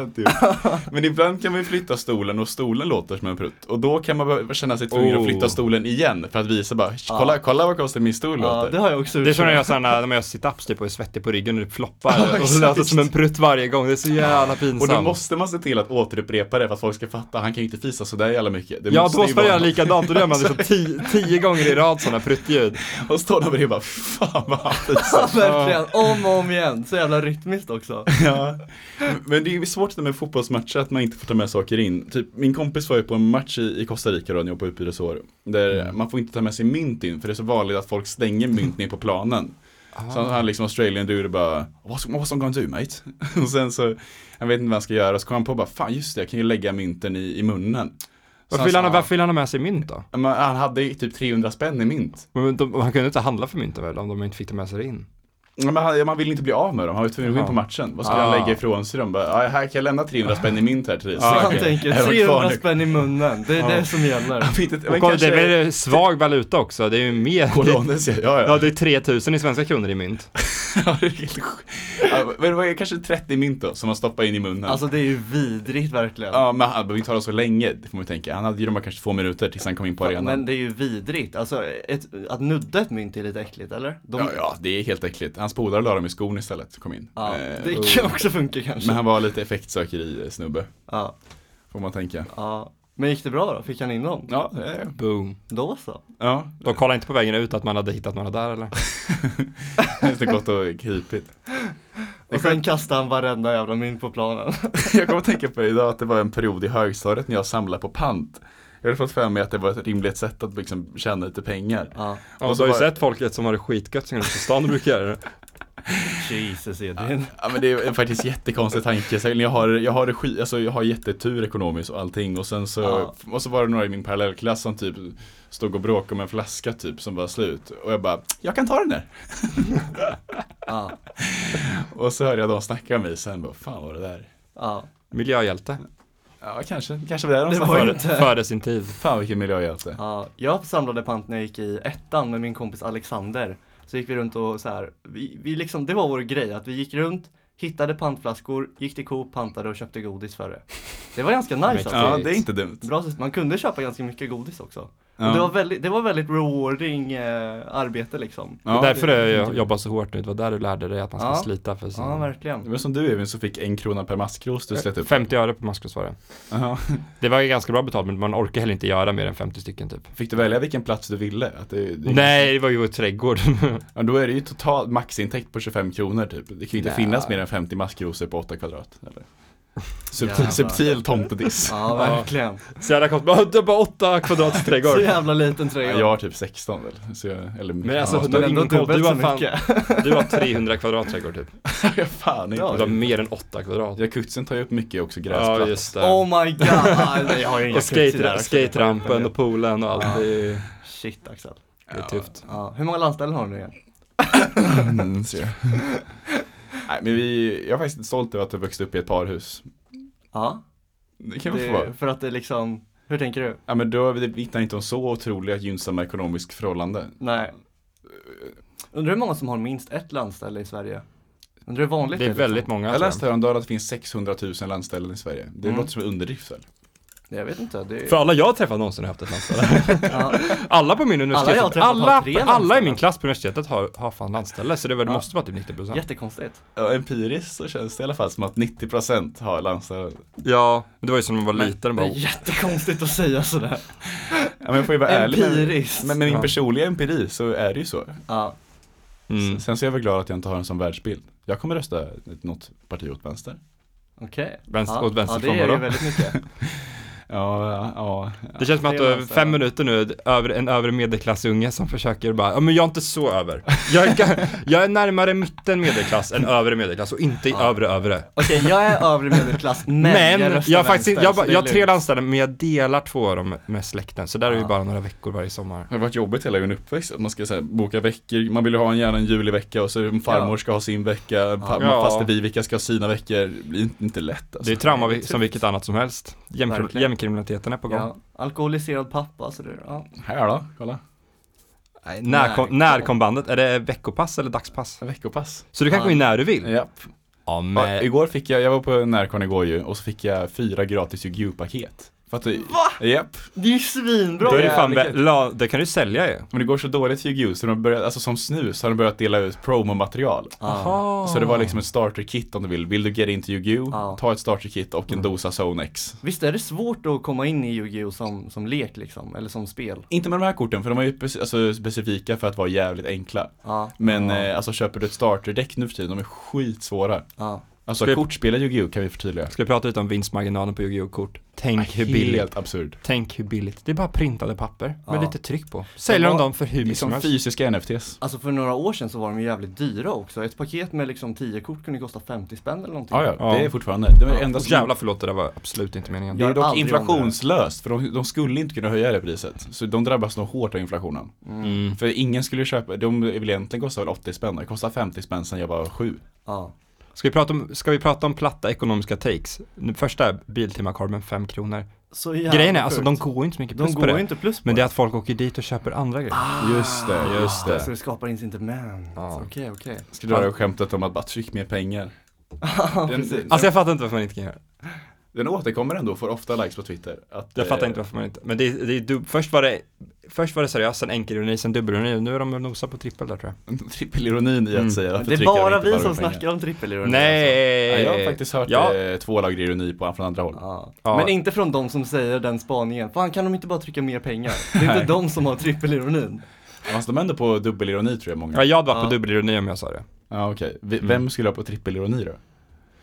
Men ibland kan man ju flytta stolen och stolen låter som en prutt. Och då kan man känna sig tvungen att flytta stolen igen. För att visa bara, kolla vad kostar min stol låter. Ja, det har jag också gjort. Det är som när jag gör när man gör sit-ups typ och är svettig på ryggen och det floppar. Och så låter det som en prutt varje gång. Det är så jävla pinsamt. Och då måste man se till att återupprepa det för att folk ska fatta. Han kan ju inte fisa så där jävla mycket. Då måste man göra likadant. Och då gör man liksom 10 gånger i rad sådana pruttljud. Och står där och bara, fan vad han fisar. Verkligen, om och om igen. Så jävla rytmiskt också. Ja. Men det är svårt med fotbollsmatcher att man inte får ta med saker in. Typ, min kompis var ju på en match i Costa Rica då, när jag var på utbytesår. Där man får inte ta med sig mynt in. För det är så vanligt att folk stänger mynt ner på planen. Så han liksom Australian dude bara, what's gonna do, mate? Och sen så, jag vet inte vad han ska göra. Så kom han på bara, fan just det, jag kan ju lägga mynten i munnen. Varför vill han ha med sig mynt då? Han hade typ 300 spänn i mynt. Men han kunde inte handla för mynt väl, om de inte fick ta med sig det in? Men man vill inte bli av med dem. Han var ju tvungen att gå in på matchen. Vad skulle han lägga ifrån sig dem? Bara, här kan jag lämna 300 spänn i mynt här till dig. Så han tänker 300 spänn i munnen. Det är det som gäller. Och det är väl svag valuta också. Det är ju mer. Ja, det är 3000 i svenska kronor i mynt. Ja, det är helt men det var kanske 30 mynt då som man stoppar in i munnen. Alltså det är ju vidrigt verkligen. Ja, men han behöver inte hålla så länge, det får man tänka. Han hade ju de kanske 2 minuter tills han kom in på arenan. Men det är ju vidrigt. Alltså att nudda ett mynt är lite äckligt, eller? Ja, det är helt äckligt. Hans polare la dem i skon istället, kom in. Ja, det kan också funka kanske. Men han var lite effektsökeri snubbe. Ja. Får man tänka. Ja. Men gick det bra då? Fick han in dem? Ja, boom. Då så. Ja. De kollade inte på vägen ut att man hade hittat några där, eller? Det är gott och krypigt. Och sen kastade han varenda jävla mynt på planen. Jag kommer att tänka på idag att det var en period i högstadiet när jag samlade på pant. Jag hade fått för mig att det var ett rimligt sätt att liksom tjäna lite pengar. Ja. Och så har ju sett folket som har det skitgött som på stan och brukar göra det. Jesus Edvin. Ja men det är faktiskt jättekonstig tanke. Så jag har jättetur ekonomiskt och allting. Och sen så, och så var det några i min parallellklass som typ stod och bråkade om en flaska typ som var slut. Och jag bara, jag kan ta den där. Ja. Och så hörde jag dem snacka med mig sen bara, fan vad det där. Ja. Miljöhjälte. Ja kanske var det de Det sa var ju förut. inte. Före sin tid. Fan vilken miljöhjälte. Ja, jag samlade pant när jag gick i ettan med min kompis Alexander. Så gick vi runt och så här, vi liksom, det var vår grej att vi gick runt, hittade pantflaskor, gick till Coop, pantade och köpte godis för det. Det var ganska nice alltså. Ja det är inte dumt. Bra, man kunde köpa ganska mycket godis också. Ja. Och det var väldigt rewarding arbete liksom. Det är därför jag jobbar så hårt nu. Det var där du lärde dig att man ska slita för sin... Ja, verkligen. Det var som du Evin som fick 1 krona per maskros du släppte upp. 50 öre på maskros var det. Aha. Det var ganska bra betalt, men man orkar heller inte göra mer än 50 stycken typ. Fick du välja vilken plats du ville? Att Nej, det var ju vår trädgård. Ja, då är det ju total maxintäkt på 25 kronor typ. Det kan ju inte finnas mer än 50 maskrosor på 8 kvadrat. Eller? Subtil tomtediss. Ja, verkligen. Så jävla konstigt, det var bara 8 kvadrats trädgård. Så jävla liten trädgård. Jag har typ 16 väl. Så eller Men alltså, Ja, du har men ändå ingen koll. dubbelt Du har så fan, mycket. du har 300 kvadrat trädgård typ. fan inte. Ja, Du har mer än 8 kvadrat. Ja, kutsen tar ju upp mycket också Ja, gräsplatt. just det. Oh my god. Nej, jag har ju inga Och skaterampen och poolen och allt. Ja. Det är, Shit Axel. det är tufft. Ja. Hur många landställen har du nu igen? Ser jag. Nej, men jag är faktiskt stolt över att jag växte upp i ett parhus. Ja. Det kan vi få vara. För att det liksom, hur tänker du? Ja, men då det vittnar inte om så otroliga gynnsamma ekonomisk förhållanden. Nej. Undrar hur många som har minst ett landställe i Sverige? Undrar hur vanligt Det är liksom? väldigt många. Jag läste häromdagen att det finns 600 000 landställen i Sverige. Det Mm. låter som en underdrift väl? Jag vet inte. Det är... För alla jag har träffat någonsin har haft ett landställe. Ja. Alla på min universitet, jag har träffat har 3 alla i landställen. min klass på universitetet har fan landställe. Så det måste vara typ 90%. Jättekonstigt. Ja, empiriskt så känns det i alla fall som att 90% har landställen. Ja, men det var ju som när man var liten. Det Bara, är jättekonstigt att säga sådär. Ja, men jag får ju vara ärlig. Empiriskt. Men med min Ja. personliga empiri så är det ju så. Ja. Sen så är jag väl glad att jag inte har en sån världsbild. Jag kommer rösta något parti åt vänster. Okej. Åt vänster ja, från det är ju vadå? väldigt mycket. Ja. Det känns som att du har 5 minuter nu, en övre medelklassunge som försöker bara, ja men jag är inte så över. Jag är närmare mitten medelklass än övre medelklass och inte i övre. Okej, jag är övre medelklass, men jag röstar jag har faktiskt vänster, jag så det är har 3 lugnt. landställen, men jag delar 2 av dem med släkten. Så där är vi Ja. bara några veckor varje sommar. Det har varit jobbigt hela min uppväxt. Att man ska så här, boka veckor. Man vill ju ha gärna en julivecka och så farmor ska ha sin vecka. Ja. Faster Viveka ska ha sina veckor. Det blir inte lätt alltså. Det är trauma det är som vilket annat som helst. Verkligen. Jämkriminaliteten är på gång. Ja, alkoholiserad pappa, så det, ja. Här då, kolla. Nej, när kom bandet? Är det veckopass eller dagspass? Veckopass. Så du kan gå in när du vill? Japp. Ja, Ja, men... igår fick jag var på Närcon igår ju. Och så fick jag 4 gratis Yu-Gi-Oh-paket. Va? Japp. Det är ju svinbra. Då är det fan jävligt det kan du sälja ju. Men det går så dåligt för Yu-Gi-Oh! Så de börjat, alltså som snus har de börjat dela ut promomaterial. Ja. Så det var liksom ett starter-kit om du vill. Vill du get into Yu-Gi-Oh! Ja. Ta ett starter-kit och en dosa Zone X. Visst är det svårt att komma in i Yu-Gi-Oh! Som lek liksom, eller som spel? Inte med de här korten, för de är ju specifika för att vara jävligt enkla. Ja. Men ja. alltså köper du ett starter-däck nu för tiden, de är skitsvåra. Ja. Alltså Ska vi- kortspel i Yu-Gi-Oh! Kan vi förtydliga. Ska vi prata lite om vinstmarginalen på Yu-Gi-Oh-kort? Tänk hur billigt. Helt absurd. Tänk hur billigt. Det är bara printade papper med Ja. lite tryck på. Säljer de var- dem för hur Det är mycket som som helst. fysiska NFTs. Alltså för några år sedan så var de ju jävligt dyra också. Ett paket med liksom 10 kort kunde kosta 50 spänn eller någonting. Ja, Ja. det är fortfarande. Det var det enda Och som... jävla förlåt, det där var absolut inte meningen. Det är Jag dock har aldrig inflationslöst, för de skulle inte kunna höja det priset. Så de drabbas nog hårt av inflationen. Mm. För ingen skulle köpa, de vill egentligen kosta väl 80 spänn. Det kostar 50 spänn sen jag var 7. Ja. Ska vi prata om platta ekonomiska takes? Den första är Biltema-korven 5 kronor. Så jävla Grejen är, alltså de sjukt. går ju inte så mycket De plus på går ju det. inte plus på Men det är att folk åker dit och köper andra grejer. Just det. Så det skapar incitament. Ja. Okej. Ska dra det skämtet om att bara tryck mer pengar. Ja, precis. Alltså jag fattar inte varför man inte kan göra det. Den återkommer ändå, får ofta likes på Twitter. Att, Jag fattar inte varför man inte. Men det är först var det seriöst, sen enkelironi, sen dubbelironi. Nu är de nosar på trippel där tror jag. Trippelironin i att säga. Det är bara vi som snackar om trippelironi. Nej! Ja, jag har faktiskt hört 2 lager ironi från andra håll. Ja. Ja. Men inte från de som säger den spaningen. Fan, kan de inte bara trycka mer pengar? Det är inte de som har trippelironin. Fast de är ändå på dubbelironi tror jag många. Ja, jag hade varit Ja. på dubbelironi om jag sa det. Ja, okej. Vem skulle ha på trippelironi då?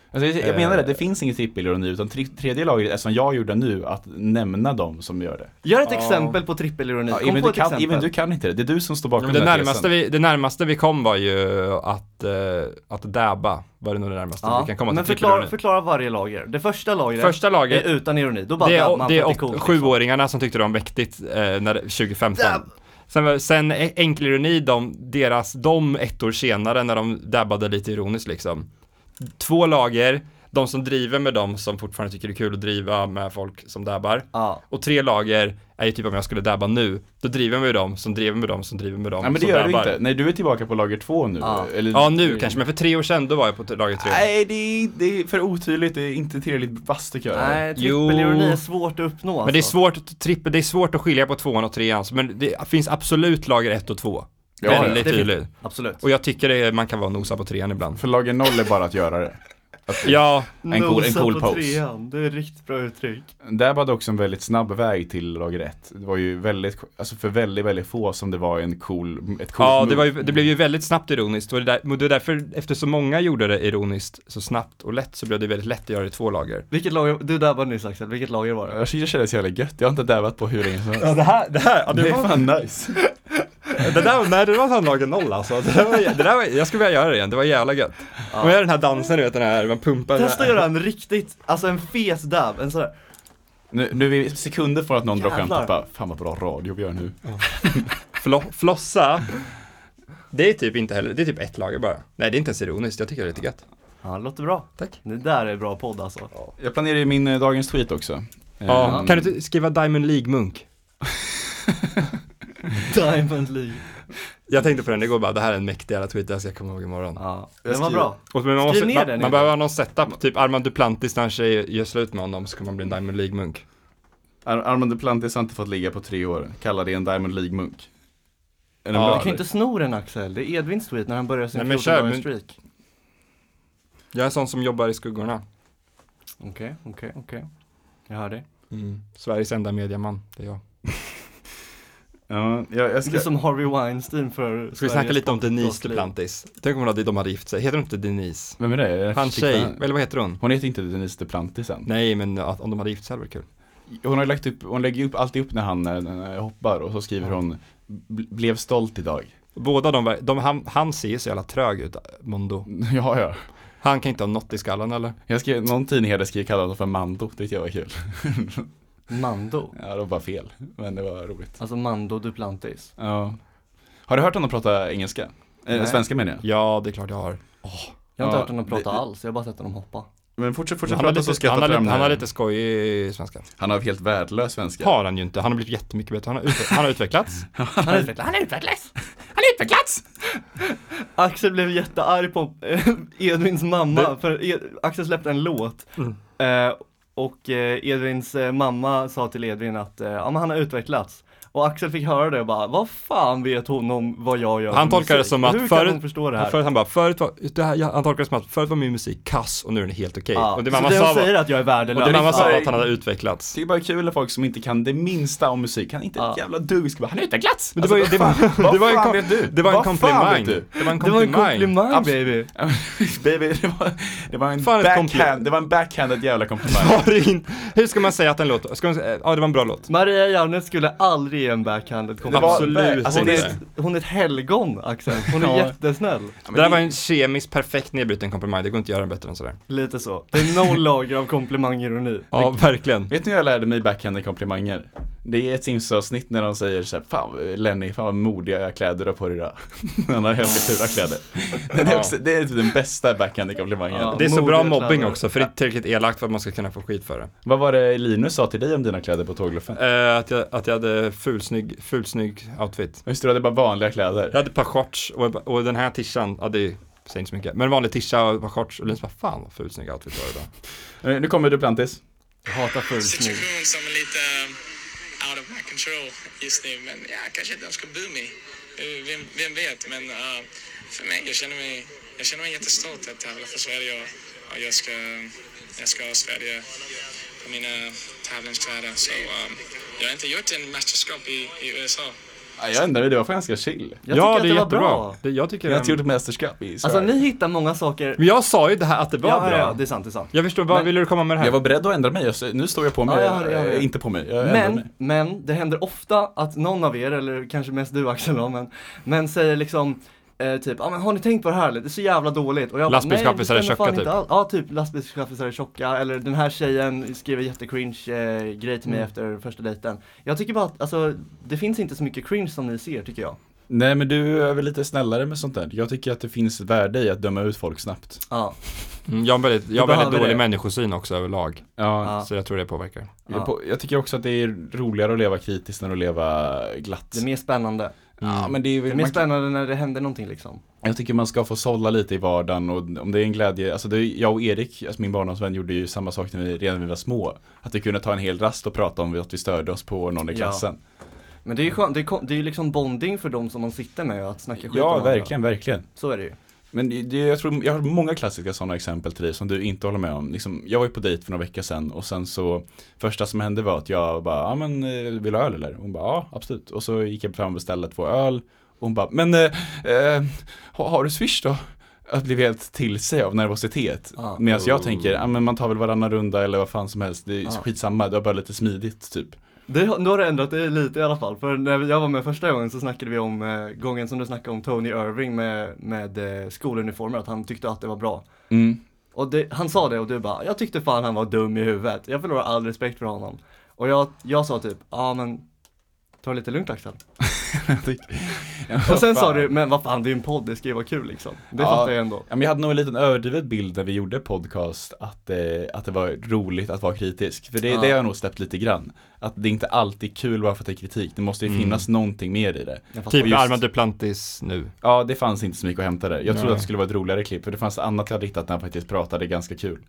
Alltså, jag menar det finns ingen trippelironi, utan tredje lagret är som jag gjorde nu, att nämna dem som gör det. Gör ett exempel på trippelironi. Ja, Even du kan inte det. Det är du som står bakom det den det närmaste vi kom var ju att dabba. Var det nog det närmaste vi kan komma till. Men förklara varje lager. Det första lagret är utan ironi. Då bara det är 7-åringarna som tyckte de var mäktigt när 2015. Sen enkelironi, de ett år senare när de dabbade lite ironiskt liksom. 2 lager, de som driver med dem som fortfarande tycker det är kul att driva med folk som dabbar. Och 3 lager är ju typ om jag skulle dabba nu, då driver jag med dem som driver med dem som driver med dem. Nej, men det gör dabbar. Du inte. Nej, du är tillbaka på lager 2 nu. Eller, nu kanske, men för 3 år sedan då var jag på lager 3. Nej, det är för otydligt, det är inte tillräckligt vass tycker jag. Nej, trippelironi är svårt att uppnå. Men alltså. Det är svårt att skilja på 2 och 3, alltså. Men det finns absolut lager 1 och 2. Väldigt tydligt. Absolut. Och jag tycker man kan vara nosa på 3 ibland. För lager 0 är bara att göra det. Ja, en cool pose. 3:an. Det är riktigt bra uttryck. Där var det också en väldigt snabb väg till lager 1. Det var ju väldigt, alltså för väldigt, väldigt få som det var ett coolt det blev ju väldigt snabbt ironiskt. Och det är därför, efter så många gjorde det ironiskt så snabbt och lätt, så blev det väldigt lätt att göra det i 2 lager. Vilket lager, du dabbade nyss Axel, vilket lager var det? Jag kände det så jävla gött, jag har inte dabbat på hur länge som helst. Ja, det var fan nice. det var sån lager 0 alltså. Jag skulle vilja göra det igen, det var jävla gött. Om jag gör den här dansen, du vet, den här, man pumpar. Testa göra en riktigt, alltså en fes dab, en sådär. Nu är vi sekunder för att någon drar skämt på. Fan vad bra radio vi gör nu. Flossa. Det är typ inte heller, det är typ 1 lager bara. Nej, det är inte ens ironiskt, jag tycker det är lite gött. Ja, det låter bra. Tack. Det där är bra podd alltså. Jag planerar ju min dagens tweet också. Ja, kan du skriva Diamond League-munk? Diamond League. Jag tänkte på den, det går bara, det här är en mäktig jävla tweet jag ska komma ihåg imorgon. Ja, den var bra. Och man behöver ha någon setup, typ Armand Duplantis när han gör slut med honom, så kan man bli en Diamond League-munk. Armand Duplantis har inte fått ligga på 3 år. Kallar det en Diamond League-munk. Du kan inte sno den, Axel. Det är Edvins tweet när han börjar sin 14-dagars streak. Jag är sån som jobbar i skuggorna. Okej. Jag hör dig. Sveriges enda mediaman, det är jag. Ja, jag ska... Det är som Harvey Weinstein för... Ska vi snacka lite om Denise Duplantis? Tänk om de hade gift sig. Heter hon inte Denise? Vem är det? Han tjej, eller vad heter hon? Hon heter inte Denise Duplantis än. Nej, men om de hade gift sig hade det varit kul. Hon lägger alltid upp när han hoppar, och så skriver hon blev stolt idag. Båda han ser så jävla trög ut, Mondo. Ja. Han kan inte ha något i skallen, eller? Någon tidning hade kalla honom för Mando, det tyckte jag var kul. Mando? Ja, det var bara fel, men det var roligt. Alltså Mando Duplantis. Ja. Har du hört honom prata engelska? Svenska menar jag. Ja, det är klart jag har. Jag har inte hört honom prata alls, jag har bara sett honom hoppa. Men fortsätt prata så ska jag ta fram han har lite skoj i svenska. Han har helt värdelös svenska. Har han ju inte, han har blivit jättemycket bättre. Han har utvecklats. Han har utvecklats! Axel blev jättearg på Edvins mamma, för Axel släppte en låt. Och Edvins mamma sa till Edvin att men han har utvecklats. Och Axel fick höra det och bara, vad fan vet hon om vad jag gör? Han tolkar det som att hur kan hon förstå det här? Han tolkar det som att förut var min musik kass och nu är den helt okej. Ja, och det så mamma det sa säger att jag är värdelös. Och det mamma sa att han hade utvecklats. Det är bara kul när folk som inte kan det minsta om musik, kan inte ett jävla dugg, ska bara, han har utvecklats. Men det var en komplimang. Det var en komplimang, baby. Baby, det var en backhanded jävla komplimang. Hur ska man säga att en låt? Det var en bra låt. Maria Jarnet skulle aldrig ge en backhanded komplimang. Absolut. Alltså, hon är ett helgon, Axel. Hon är jättesnäll. Det där var en kemiskt perfekt nedbruten komplimang. Det går inte att göra den bättre än sådär. Lite så. Det är noll lager av komplimanger. Ja, verkligen. Vet ni hur jag lärde mig backhanded komplimanger? Det är ett Simpsons-avsnitt när de säger såhär, fan Lenny, fan vad modiga kläder du har på dig idag. Han har helt fula kläder. Det är den bästa backhanded komplimangen. Det är så bra mobbing också, för det är tillräckligt elakt för att man ska kunna få skit för det. Vad var det Linus sa till dig om dina kläder på tågluffen? Att jag hade fulsnygg outfit. Just det, du hade bara vanliga kläder. Jag hade ett par shorts och den här tishan hade säger inte så mycket. Men en vanlig tisha och ett par shorts och Linus bara, fan vad fulsnygg outfit var det då. Nu kommer Duplantis. Jag hatar fulsnygg. Situation som är lite out of my control just nu, men kanske inte önskar boomig. Vem vet, men för mig, jag känner mig jättestolt att tävla för Sverige och jag ska ha Sverige på mina tävlingskläder. Så jag har inte gjort en mästerskap i USA Jag undrar, det var ganska chill. Jag tycker att det var bra. Jag tycker Jag har inte gjort ett mästerskap i Alltså Sverige. ni hittar många saker. Men jag sa ju det här att det var bra. Ja, det är sant, det är sant. Jag förstår, vad ville du komma med det här? Jag var beredd att ändra mig, nu står jag på mig, Ja, ja. inte på mig. Jag ändrar mig. Men det händer ofta att någon av er, eller kanske mest du Axel då, men säger liksom typ, men har ni tänkt på det här? Det är så jävla dåligt. Och jag Lastbilschaffisar är tjocka typ. Ja, typ lastbilschaffisar är tjocka. Eller den här tjejen skriver jättecringe grej till mig efter första dejten. Jag tycker bara att, alltså, det finns inte så mycket cringe som ni ser, tycker jag. Nej, men du är väl lite snällare med sånt där. Jag tycker att det finns värde i att döma ut folk snabbt. Ja. Jag har väldigt dålig det. människosyn också överlag. Ja. Så jag tror det påverkar. Jag tycker också att det är roligare att leva kritiskt än att leva glatt. Det är mer spännande. Ja, men det är Det är mer spännande när det händer någonting liksom. Jag tycker man ska få sålla lite i vardagen, och om det är en glädje, alltså jag och Erik, alltså min barndomsvän, gjorde ju samma sak redan när vi var små. Att vi kunde ta en hel rast och prata om att vi störde oss på någon i klassen. Men det är ju skönt, det är ju liksom bonding för dem som man sitter med att snacka skit om Ja, varandra. verkligen. Så är det ju. Men jag tror jag har många klassiska sådana exempel till dig som du inte håller med om. Liksom, jag var ju på dejt för några veckor sedan, och sen så första som hände var att jag bara, vill du ha öl eller? Hon bara, ja, absolut. Och så gick jag fram och beställde 2 öl, och hon bara, men har du Swish då? Att bli helt till sig av nervositet. Medan jag tänker, men man tar väl varannan runda eller vad fan som helst. Det är skitsamma, det var bara lite smidigt typ. Nu har det ändrat det lite i alla fall. För när jag var med första gången så snackade vi om gången som du snackade om Tony Irving med skoluniformer, att han tyckte att det var bra. Och han sa det, och du bara, jag tyckte fan han var dum i huvudet. Jag förlorar all respekt för honom. Och jag sa typ, men ta det lite lugnt Axel. Och sen sa du, men vad fan, det är en podd, det ska ju vara kul liksom. Det fattar jag ändå. Ja, men jag hade nog en liten överdriven bild när vi gjorde podcast att det var roligt att vara kritisk. För det har jag nog släppt lite grann. Att det är inte alltid kul bara för att det är kritik. Det måste ju finnas någonting mer i det. Typ Armand Duplantis nu. Ja, det fanns inte så mycket att hämta där. Jag trodde att det skulle vara ett roligare klipp, för det fanns annat jag hade riktat när han faktiskt pratade ganska kul.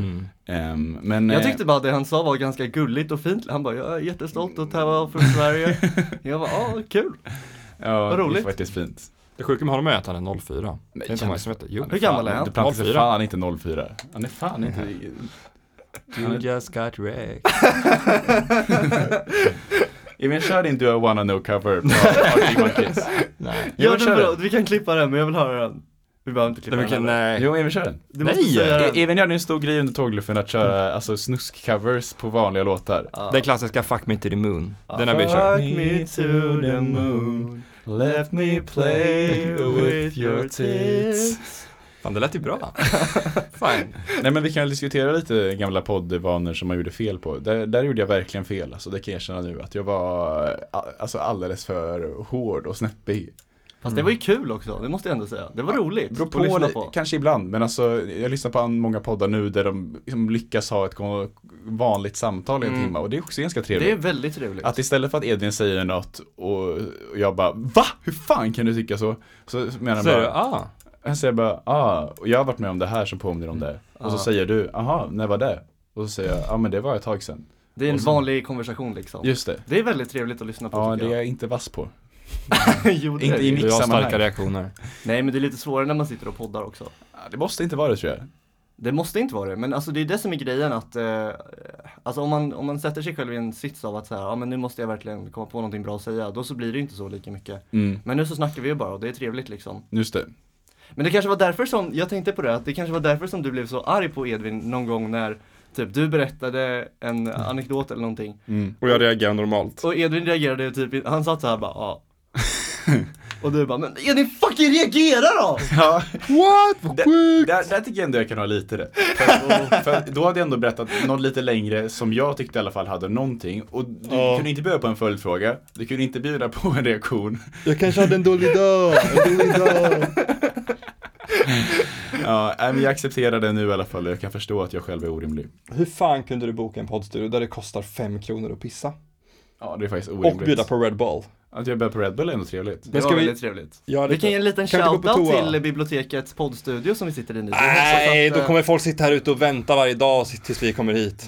Men jag tyckte bara det han sa var ganska gulligt och fint. Han bara, jag är jättestolt att tävla för Sverige. Jag bara, kul. Ja, vad roligt. Det är faktiskt fint. Det sjuka med honom är att han är 04. Det är inte många som vet det. Jo. Hur gammal är han? Duplantis är fan inte 04. Han är fan inte... You just got wrecked. Even kör din Do I Wanna Know cover på Arctic Monkeys. Nej. Ja, det är bra. Vi kan klippa den, men jag vill höra den. Vi behöver inte klippa den. Nej. Jo, Even kör den. Even hade en stor grej under tågluffen att köra snusk-covers på vanliga låtar. Den klassiska Fuck Me To The Moon. Den har vi kört. Fuck me to the moon. Let me play with your tits. Fan, det lät ju bra. Fine. Nej, men vi kan diskutera lite gamla poddvanor som man gjorde fel på. Där gjorde jag verkligen fel. Alltså, det kan jag erkänna nu. Att jag var alldeles för hård och snäppig. Fast det var ju kul också, det måste jag ändå säga. Det var roligt Beror att lyssna på. Kanske ibland, men alltså jag lyssnar på många poddar nu där de liksom lyckas ha ett vanligt samtal i en timme, och det är också ganska trevligt. Det är väldigt trevligt. Att istället för att Edvin säger något och jag bara, va? Hur fan kan du tycka så? Så menar han bara, jag säger bara, och jag har varit med om det här som påminner om det. Och så säger du, när var det? Och så säger jag, men det var ett tag sedan. Det är en vanlig konversation liksom. Just det. Det är väldigt trevligt att lyssna på. Ja, det är jag inte vass på. Jo, inte i Du har starka reaktioner. Nej, men det är lite svårare när man sitter och poddar också. Det måste inte vara det, tror jag. Det måste inte vara det, men alltså det är det som är grejen att alltså om man sätter sig själv i en sits av att så här, men nu måste jag verkligen komma på någonting bra att säga, då så blir det inte så lika mycket. Men nu så snackar vi ju bara, och det är trevligt liksom. Just det. Men det kanske var därför som, jag tänkte på det, att det kanske var därför som du blev så arg på Edvin någon gång när typ du berättade en anekdot eller någonting. Och jag reagerade normalt. Och Edvin reagerade typ, han satt så här bara, Och du bara, men Edvin fucking reagera då! Ja. What? Där tycker jag ändå jag kan ha lite det. För då hade jag ändå berättat något lite längre som jag tyckte i alla fall hade någonting. Och du kunde inte bjuda på en följdfråga. Du kunde inte bjuda på en reaktion. Jag kanske hade en dålig dag. Ja, men jag accepterar det nu i alla fall. Jag kan förstå att jag själv är orimlig. Hur fan kunde du boka en poddstudio där det kostar 5 kronor att pissa? Ja, det är faktiskt orimligt. Och bjuda på Red Bull. Att jag börjar på Red Bull är ändå trevligt. Det var väldigt trevligt. Ja, vi kan ge en liten shoutout till bibliotekets poddstudio som vi sitter i nu. Nej, då kommer folk sitta här ute och vänta varje dag tills vi kommer hit.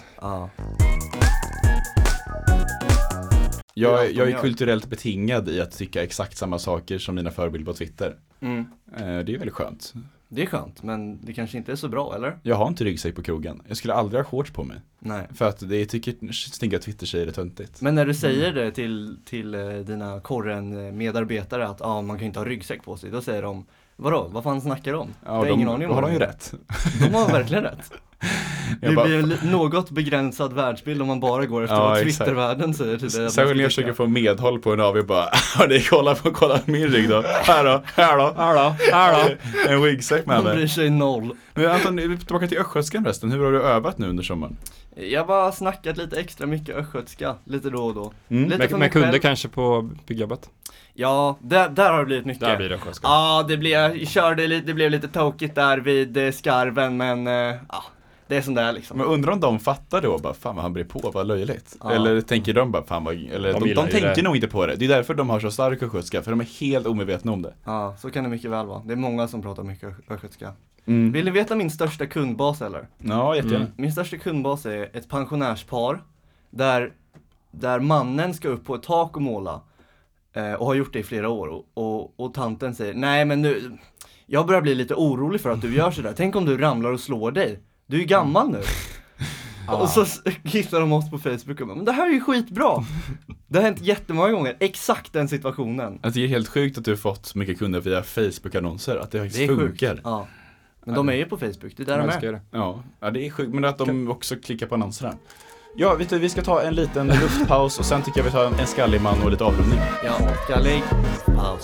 Jag är kulturellt betingad i att tycka exakt samma saker som mina förebilder på Twitter. Det är väldigt skönt. Det är skönt, men det kanske inte är så bra, eller? Jag har inte ryggsäck på krogen. Jag skulle aldrig ha shorts på mig. Nej. För att det tycker snygga Twitter-tjejer är töntigt. Men när du säger det till dina korren-medarbetare att man kan inte ha ryggsäck på sig, då säger de, vadå? Vad fan snackar de om? Ja, Jag har ingen aning om har vad de ju det är. rätt. De har verkligen rätt. Det Jag bara- blir en något begränsad världsbild om man bara går efter Ja, vad exakt. Twittervärlden säger till dig. Särskilt när jag försöker få medhåll på en av er bara, hörni, kolla på min rygg då. Här då. En ryggsäck med Man bryr mig. sig noll. Men Anton, tillbaka till östgötskan förresten. Hur har du övat nu under sommaren? Jag har bara snackat lite extra mycket östgötska, lite då och då. Mm. Lite för mig Men kunde själv. kanske på byggjobbet. Ja, där har det blivit mycket. Där blir det skötska. Ja, det blev lite tokigt där vid skarven, men det är sånt där liksom. Men undrar om de fattar då bara, fan vad han blir på, vad löjligt. Ja. Eller tänker de bara, fan vad, eller De de gillar ju tänker det. nog inte på det. Det är därför de har så stark östgötska, för de är helt omedvetna om det. Ja, så kan det mycket väl vara. Det är många som pratar mycket östgötska. Mm. Vill ni veta min största kundbas eller? Ja, jättegärna. Min största kundbas är ett pensionärspar där mannen ska upp på ett tak och måla och har gjort det i flera år och tanten säger, nej men nu, jag börjar bli lite orolig för att du gör sådär, tänk om du ramlar och slår dig, du är ju gammal nu. Och så hittar de oss på Facebook och bara, men det här är ju skitbra. Det har hänt jättemånga gånger, exakt den situationen. Alltså, det är helt sjukt att du har fått så mycket kunder via Facebook-annonser, att det faktiskt Det är funkar. sjukt. Ja. Men de är ju på Facebook, det är där de älskar är. det. Ja, det är sjukt, men att de också klickar på annonserna. Ja, vet du, vi ska ta en liten luftpaus och sen tycker jag vi tar en skallig man och lite avrundning. Ja, skallig, paus.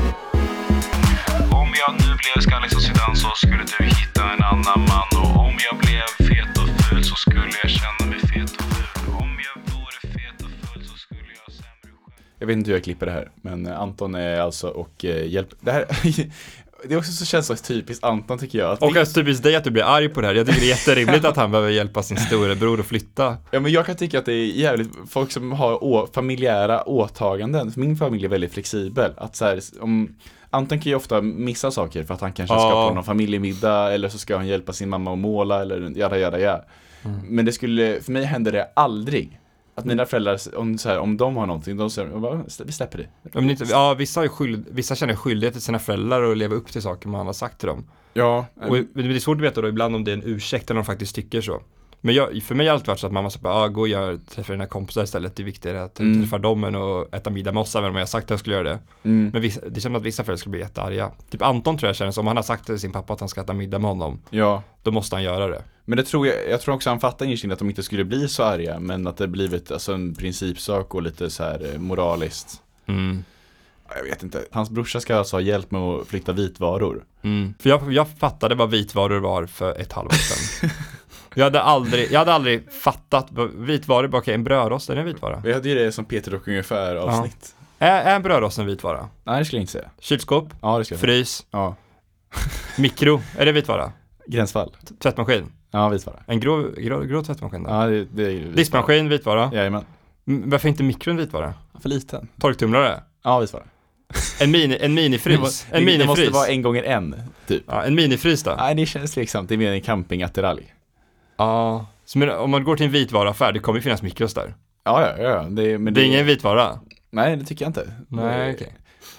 Om jag nu blev skallig som Zidane så skulle du hitta en annan man. Och om jag blev fet och ful så skulle jag känna mig fet och ful. Om jag vore fet och ful så skulle jag ha sämre själv. Jag vet inte hur jag klipper det här, men Anton är alltså och hjälp. Det här det är också så känns så typiskt Anton tycker jag. Att Och alltså typiskt dig att du blir arg på det här. Jag tycker det är jätterimligt att han behöver hjälpa sin storebror att flytta. Ja, men jag kan tycka att det är jävligt folk som har familjära åtaganden. För min familj är väldigt flexibel. Att så här, om Anton kan ju ofta missa saker för att han kanske ska på någon familjemiddag eller så ska han hjälpa sin mamma att måla eller jada. Men det skulle, för mig händer det aldrig. Att mina föräldrar, om de har någonting, de säger, vi släpper det. Vissa känner skyldighet till sina föräldrar och leva upp till saker man har sagt till dem. Ja. Och det är svårt att veta då ibland om det är en ursäkt eller om de faktiskt tycker så. Men för mig har det alltid varit så att mamma säger gå och träffa dina kompisar istället. Det är viktigare att träffa dem än att äta middag med oss, även om jag har sagt att jag skulle göra det. Men det känns att vissa föräldrar skulle bli jättearga. Typ Anton tror jag känner, om han har sagt till sin pappa att han ska äta middag med honom, då måste han göra det. Men det tror jag tror också han fattar ingenting att de inte skulle bli så arga, men att det blivit alltså en principsak och lite så här moraliskt. Jag vet inte. Hans brorsa ska alltså ha hjälp med att flytta vitvaror. För jag fattade vad vitvaror var för ett halvår sedan. Jag hade aldrig fattat vitvaror. Okej, en brödrost, är det en vitvara? Vi hade ju det som Peter och ungefär avsnitt. Är en brödrost en vitvara? Nej, det skulle jag inte säga. Kylskåp? Ja, det skulle jag säga. Frys? Ja. Mikro? Är det vitvara? Gränsfall. Tvättmaskin? Ja, vitvara. En grå tvättmaskin då? Ja, det är ju Diskmaskin, vitvara? Jajamän. Varför inte mikron vitvara? För liten. Torktumlare? Ja, vitvara. En minifrys? Det måste vara en gånger en, typ. Ja, en minifrys då? Nej, det känns tveksamt. Det är mer en campingattiralj. Ja. Så om man går till en vitvaraffär, det kommer ju finnas mikros där. Ja. Det är ingen vitvara? Nej, det tycker jag inte. Nej, okej.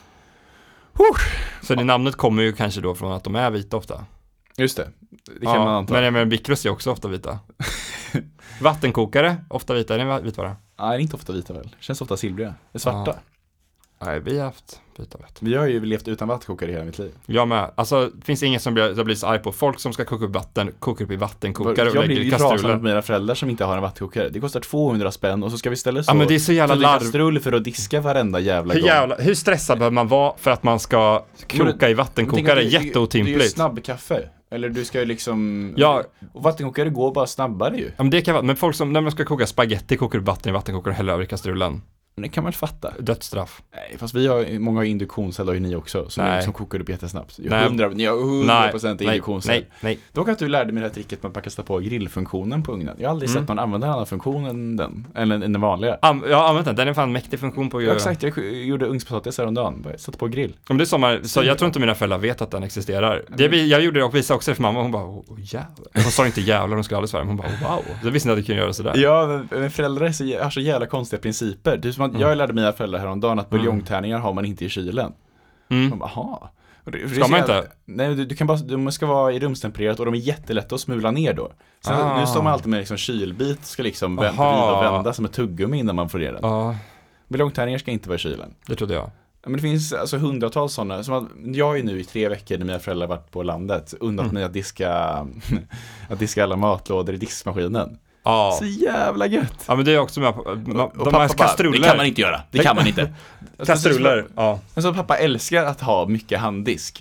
Så det namnet kommer ju kanske då från att de är vita ofta. Just det. Det kan man anta. Men mikros är också ofta vita. Vattenkokare, ofta vita, är det en vitvara? Nej, det är inte ofta vita väl. Det känns ofta silvriga. Det är svarta. Ja. Nej, vi har haft vita vet. Vi har ju levt utan vattenkokare hela mitt liv. Jag med. Alltså, det finns ingen som blir så arg på. Folk som ska koka upp vatten, kokar upp i vattenkokare och jag lägger i blir rasande kastruller. på mina föräldrar som inte har en vattenkokare. Det kostar 200 spänn och så ska vi ställa så. Ja, men det är så jävla larv. kastrull för att diska varenda jävla gång. Hur stressad behöver man vara för att man ska koka i vattenkokare? Det är ju Jätteotympligt. snabbkaffe. Eller du ska ju liksom... Ja. Och vattenkokare går bara snabbare ju. Ja, men det kan vara. Men folk som, när man ska koka spaghetti, kokar upp vatten i vattenkokare och häller över i kastrullen. Men det kan man fatta. Dödsstraff. Nej, fast många har induktionscell, har ju ni också. Som kokar upp jättesnabbt. Ni har 100% induktionscell. Nej. Dock att du lärde mig det här tricket med att man kan sätta på grillfunktionen på ugnen. Jag har aldrig sett någon använda en annan funktion än den. Eller den vanliga. Jag har använt den. Den är fan mäktig funktion på att göra. Exakt, jag gjorde ugnspotatis häromdagen. Satt på grill. Om det är sommar, så jag tror inte mina föräldrar vet att den existerar. Jag gjorde det och visade också för mamma. Hon bara, jävlar. Hon sa inte jävlar, hon skulle aldrig svära. Hon bara, wow. Jag visste inte att det kunde göra sådär. Ja, men föräldrar har så jävla konstiga principer. Det är som att jag lärde mina föräldrar häromdagen att buljongtärningar har man inte i kylen. Man bara, aha. Ska man inte? Nej, du kan bara, de ska vara i rumstempererat och de är jättelätta att smula ner då. Så nu står man alltid med liksom kylbit, ska liksom vrida och vända som ett tuggummi innan man får ner den. Melongtärningar ska inte vara i kylen. Det trodde jag. Men det finns alltså hundratals sådana. Som att jag är nu i 3 veckor när mina föräldrar varit på landet undrat mig att diska alla matlådor i diskmaskinen. Så jävla gött. Ja, men det är också med och pappa kastruller. Det kan man inte göra. Det kan man inte. Kastruller. Ja. Men så pappa älskar att ha mycket handdisk.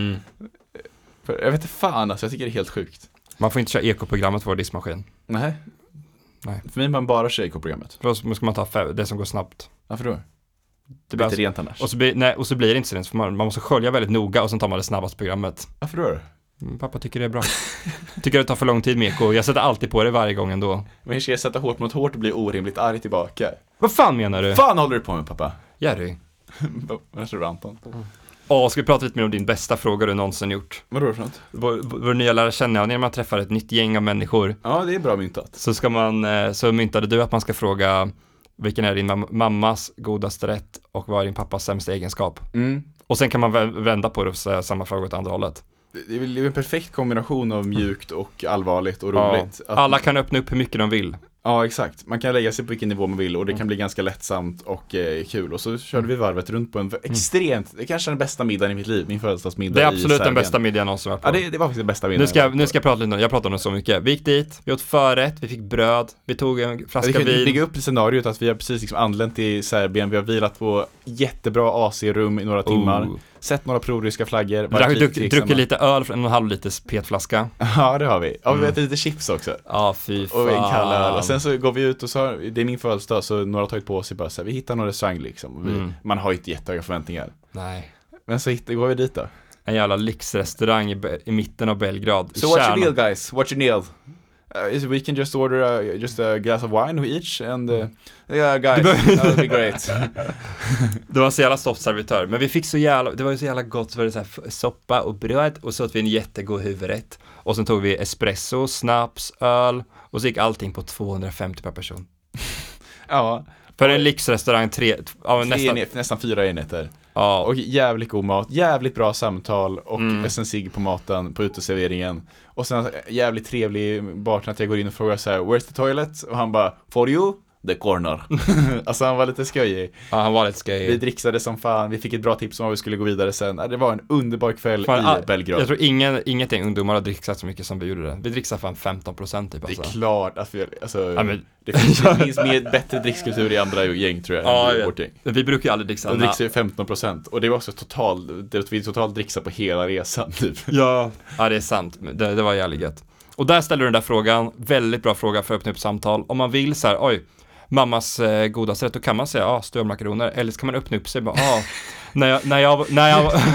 För jag vet inte fan, alltså jag tycker det är helt sjukt. Man får inte köra ekoprogrammet på vår diskmaskin. Nej. För mig man bara kör ekoprogrammet. För då ska man ta det som går snabbt. Varför då? Det blir inte rent annars. Och så blir det inte så rent, för man måste skölja väldigt noga och sen tar man det snabbaste programmet. Varför då? Pappa tycker det är bra. Tycker det tar för lång tid med eko. Jag sätter alltid på det varje gång ändå. Men hur ska jag sätta hårt mot hårt och bli orimligt arg tillbaka? Vad fan menar du? Fan håller du på med, pappa? Jerry. Vad tror du, Anton? Ska vi prata lite mer om din bästa fråga du någonsin gjort? Vad är det för något? Vår nya lära känna, när man träffar ett nytt gäng av människor. Ja, det är bra myntat. Så myntade du att man ska fråga vilken är din mammas godaste rätt och vad är din pappas sämsta egenskap. Och sen kan man vända på det och säga samma fråga åt andra hållet. Det är en perfekt kombination av mjukt och allvarligt och roligt. Ja. Alla kan öppna upp hur mycket de vill. Ja, exakt. Man kan lägga sig på vilken nivå man vill och det kan bli ganska lättsamt och kul. Och så körde vi varvet runt på en extremt, det är kanske den bästa middagen i mitt liv, min födelsedagsmiddag. Det är absolut den bästa middagen jag någonsin varit på. Ja, det var faktiskt den bästa middagen. Nu ska jag prata lite om, jag pratar om det så mycket. Vi gick dit, vi åt förrätt, vi fick bröd, vi tog en flaska vin. Vi kan bygga upp scenariot att vi har precis liksom anlänt till Serbien, vi har vilat på jättebra AC-rum i några timmar. Sett några proryska flaggor. Druckit lite öl från 1,5 liters petflaska. Ja, det har vi. Ja, vi äter lite chips också. Ja, fy fan. Och en kall öl. Och sen så går vi ut och så det är min födelsedag, så några har tagit på sig bara så här, vi hittar någon restaurang liksom. Man har ju inte jättehöga förväntningar. Nej. Men så går vi dit då. En jävla lyxrestaurang i mitten av Belgrad. So what's your deal, guys? What's your deal? We can just order just a glass of wine each and yeah guys, that'll be great. Det var så jävla softservitör, men vi fick det var ju så jävla gott, så var det så här soppa och bröd och så åt vi en jättegod huvudrätt och sen tog vi espresso, snaps, öl och så gick allting på 250 per person. Ja. För en lyxrestaurang nästan 4 enheter. Ja. Och jävligt god mat, jävligt bra samtal och sen cigg på maten, på uteserveringen. Och sen jävligt trevlig bartender att jag går in och frågar så här, where's the toilet? Och han bara, for you, the corner. Alltså han var lite skojig. Ja, han var lite skojig. Vi dricksade som fan, vi fick ett bra tips om vad vi skulle gå vidare sen. Det var en underbar kväll i Belgrad. Jag tror ingenting ungdomar har dricksat så mycket som vi gjorde det. Vi dricksade fan 15% typ. Det är klart att vi, det finns mer bättre drickskultur i andra gäng tror jag. Ja, vårt gäng. Vi brukar ju aldrig dricksa. De dricksar ju 15% och det var också vi totalt dricksa på hela resan typ. Ja, det är sant. Det var jävligt gött. Och där ställer du den där frågan, väldigt bra fråga för att öppna upp samtal. Om man vill så här, mammas godaste rätt, då kan man säga stövmakaroner, eller så kan man öppna upp sig bara, när jag Det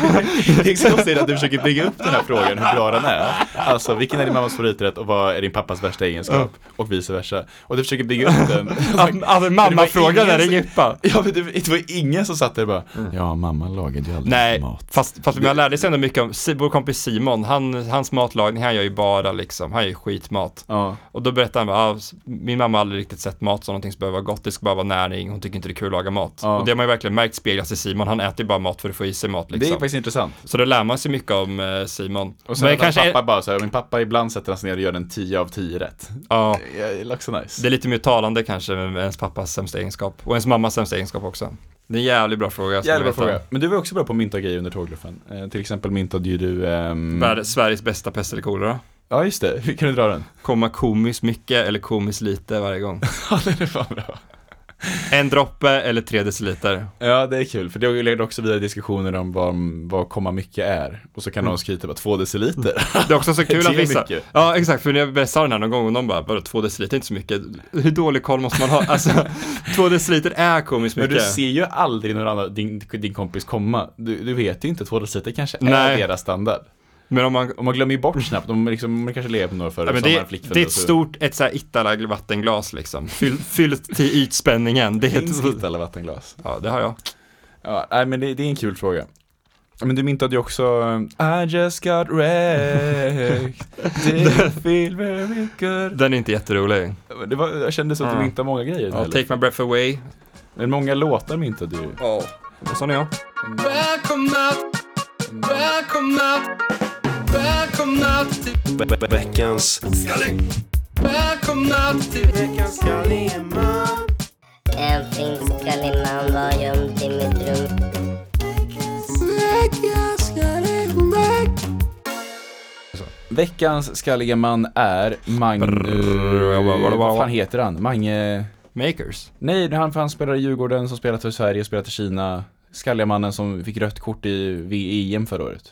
är så konstigt att du försöker bygga upp den här frågan, hur bra den är. Alltså, vilken är din mammas favoriträtt och vad är din pappas värsta egenskap? Och vice versa. Och du försöker bygga upp den. Alltså mamma-frågan är det djupa. Ja, men det var ingen som satt där bara, ja, mamma lagade ju aldrig mat. Fast jag lärde sig ändå mycket om vår kompis Simon, hans matlagning, han gör ju bara liksom, han gör ju skitmat. Ja. Och då berättade han, min mamma har aldrig riktigt sett mat som någonting som behöver vara gott, det ska bara vara näring, hon tycker inte det är kul att laga mat. Ja. Och det har man ju verkligen märkt speglas i Simon, han äter bara mat för att få i sig mat liksom. Det är faktiskt intressant. Så då lär man sig mycket om Simon. Och sen pappa bara så här, min pappa ibland sätter sig ner och gör en 10 av 10 rätt. Ja. Det är också nice. Det är lite mer talande kanske med ens pappas sämsta egenskap. Och ens mammas sämsta egenskap också. Det är en jävligt bra fråga. Jävligt bra fråga. Men du var också bra på att mynta grejer under tågluffen. Till exempel myntade ju du Sveriges bästa pest eller kolera. Ja, just det. Hur kan du dra den? Komma komiskt mycket eller komiskt lite varje gång. Ja, det är fan bra. En droppe eller 3 deciliter. Ja, det är kul, för det leder också vidare diskussioner om vad komma mycket är. Och så kan någon skryta på 2 deciliter. Det är också så kul att vissa. Mycket. Ja, exakt, för när jag sa den här någon gång och någon bara, vadå 2 deciliter är inte så mycket. Hur dålig koll måste man ha? Alltså, 2 deciliter är komiskt mycket. Men du ser ju aldrig någon annan, din kompis komma. Du vet ju inte, 2 deciliter kanske är deras standard. Men om man glömmer ju bort snabbt, man kanske lever på några förr. Ja, det är ett stort, ett så här Ittala vattenglas liksom, fyllt till ytspänningen. Det finns Ittala vattenglas. Ja, det har jag. Ja, nej, men det är en kul fråga. Men du myntade ju också I just got wrecked. Didn't feel very good. Den är inte jätterolig. Jag kände så att du myntade många grejer. Ja, Take My Breath Away. Men många låtar myntade du. Ja, och sån är jag. Welcome out. Välkomna till Veckans Välkomna till En flintskallig man var gömd i mitt rum. Veckans skalliga man är vad fan heter han? Mange... Makers. Nej, han spelar i Djurgården, som spelat för Sverige, spelat i Kina. Skalliga mannen som fick rött kort i VM förra året.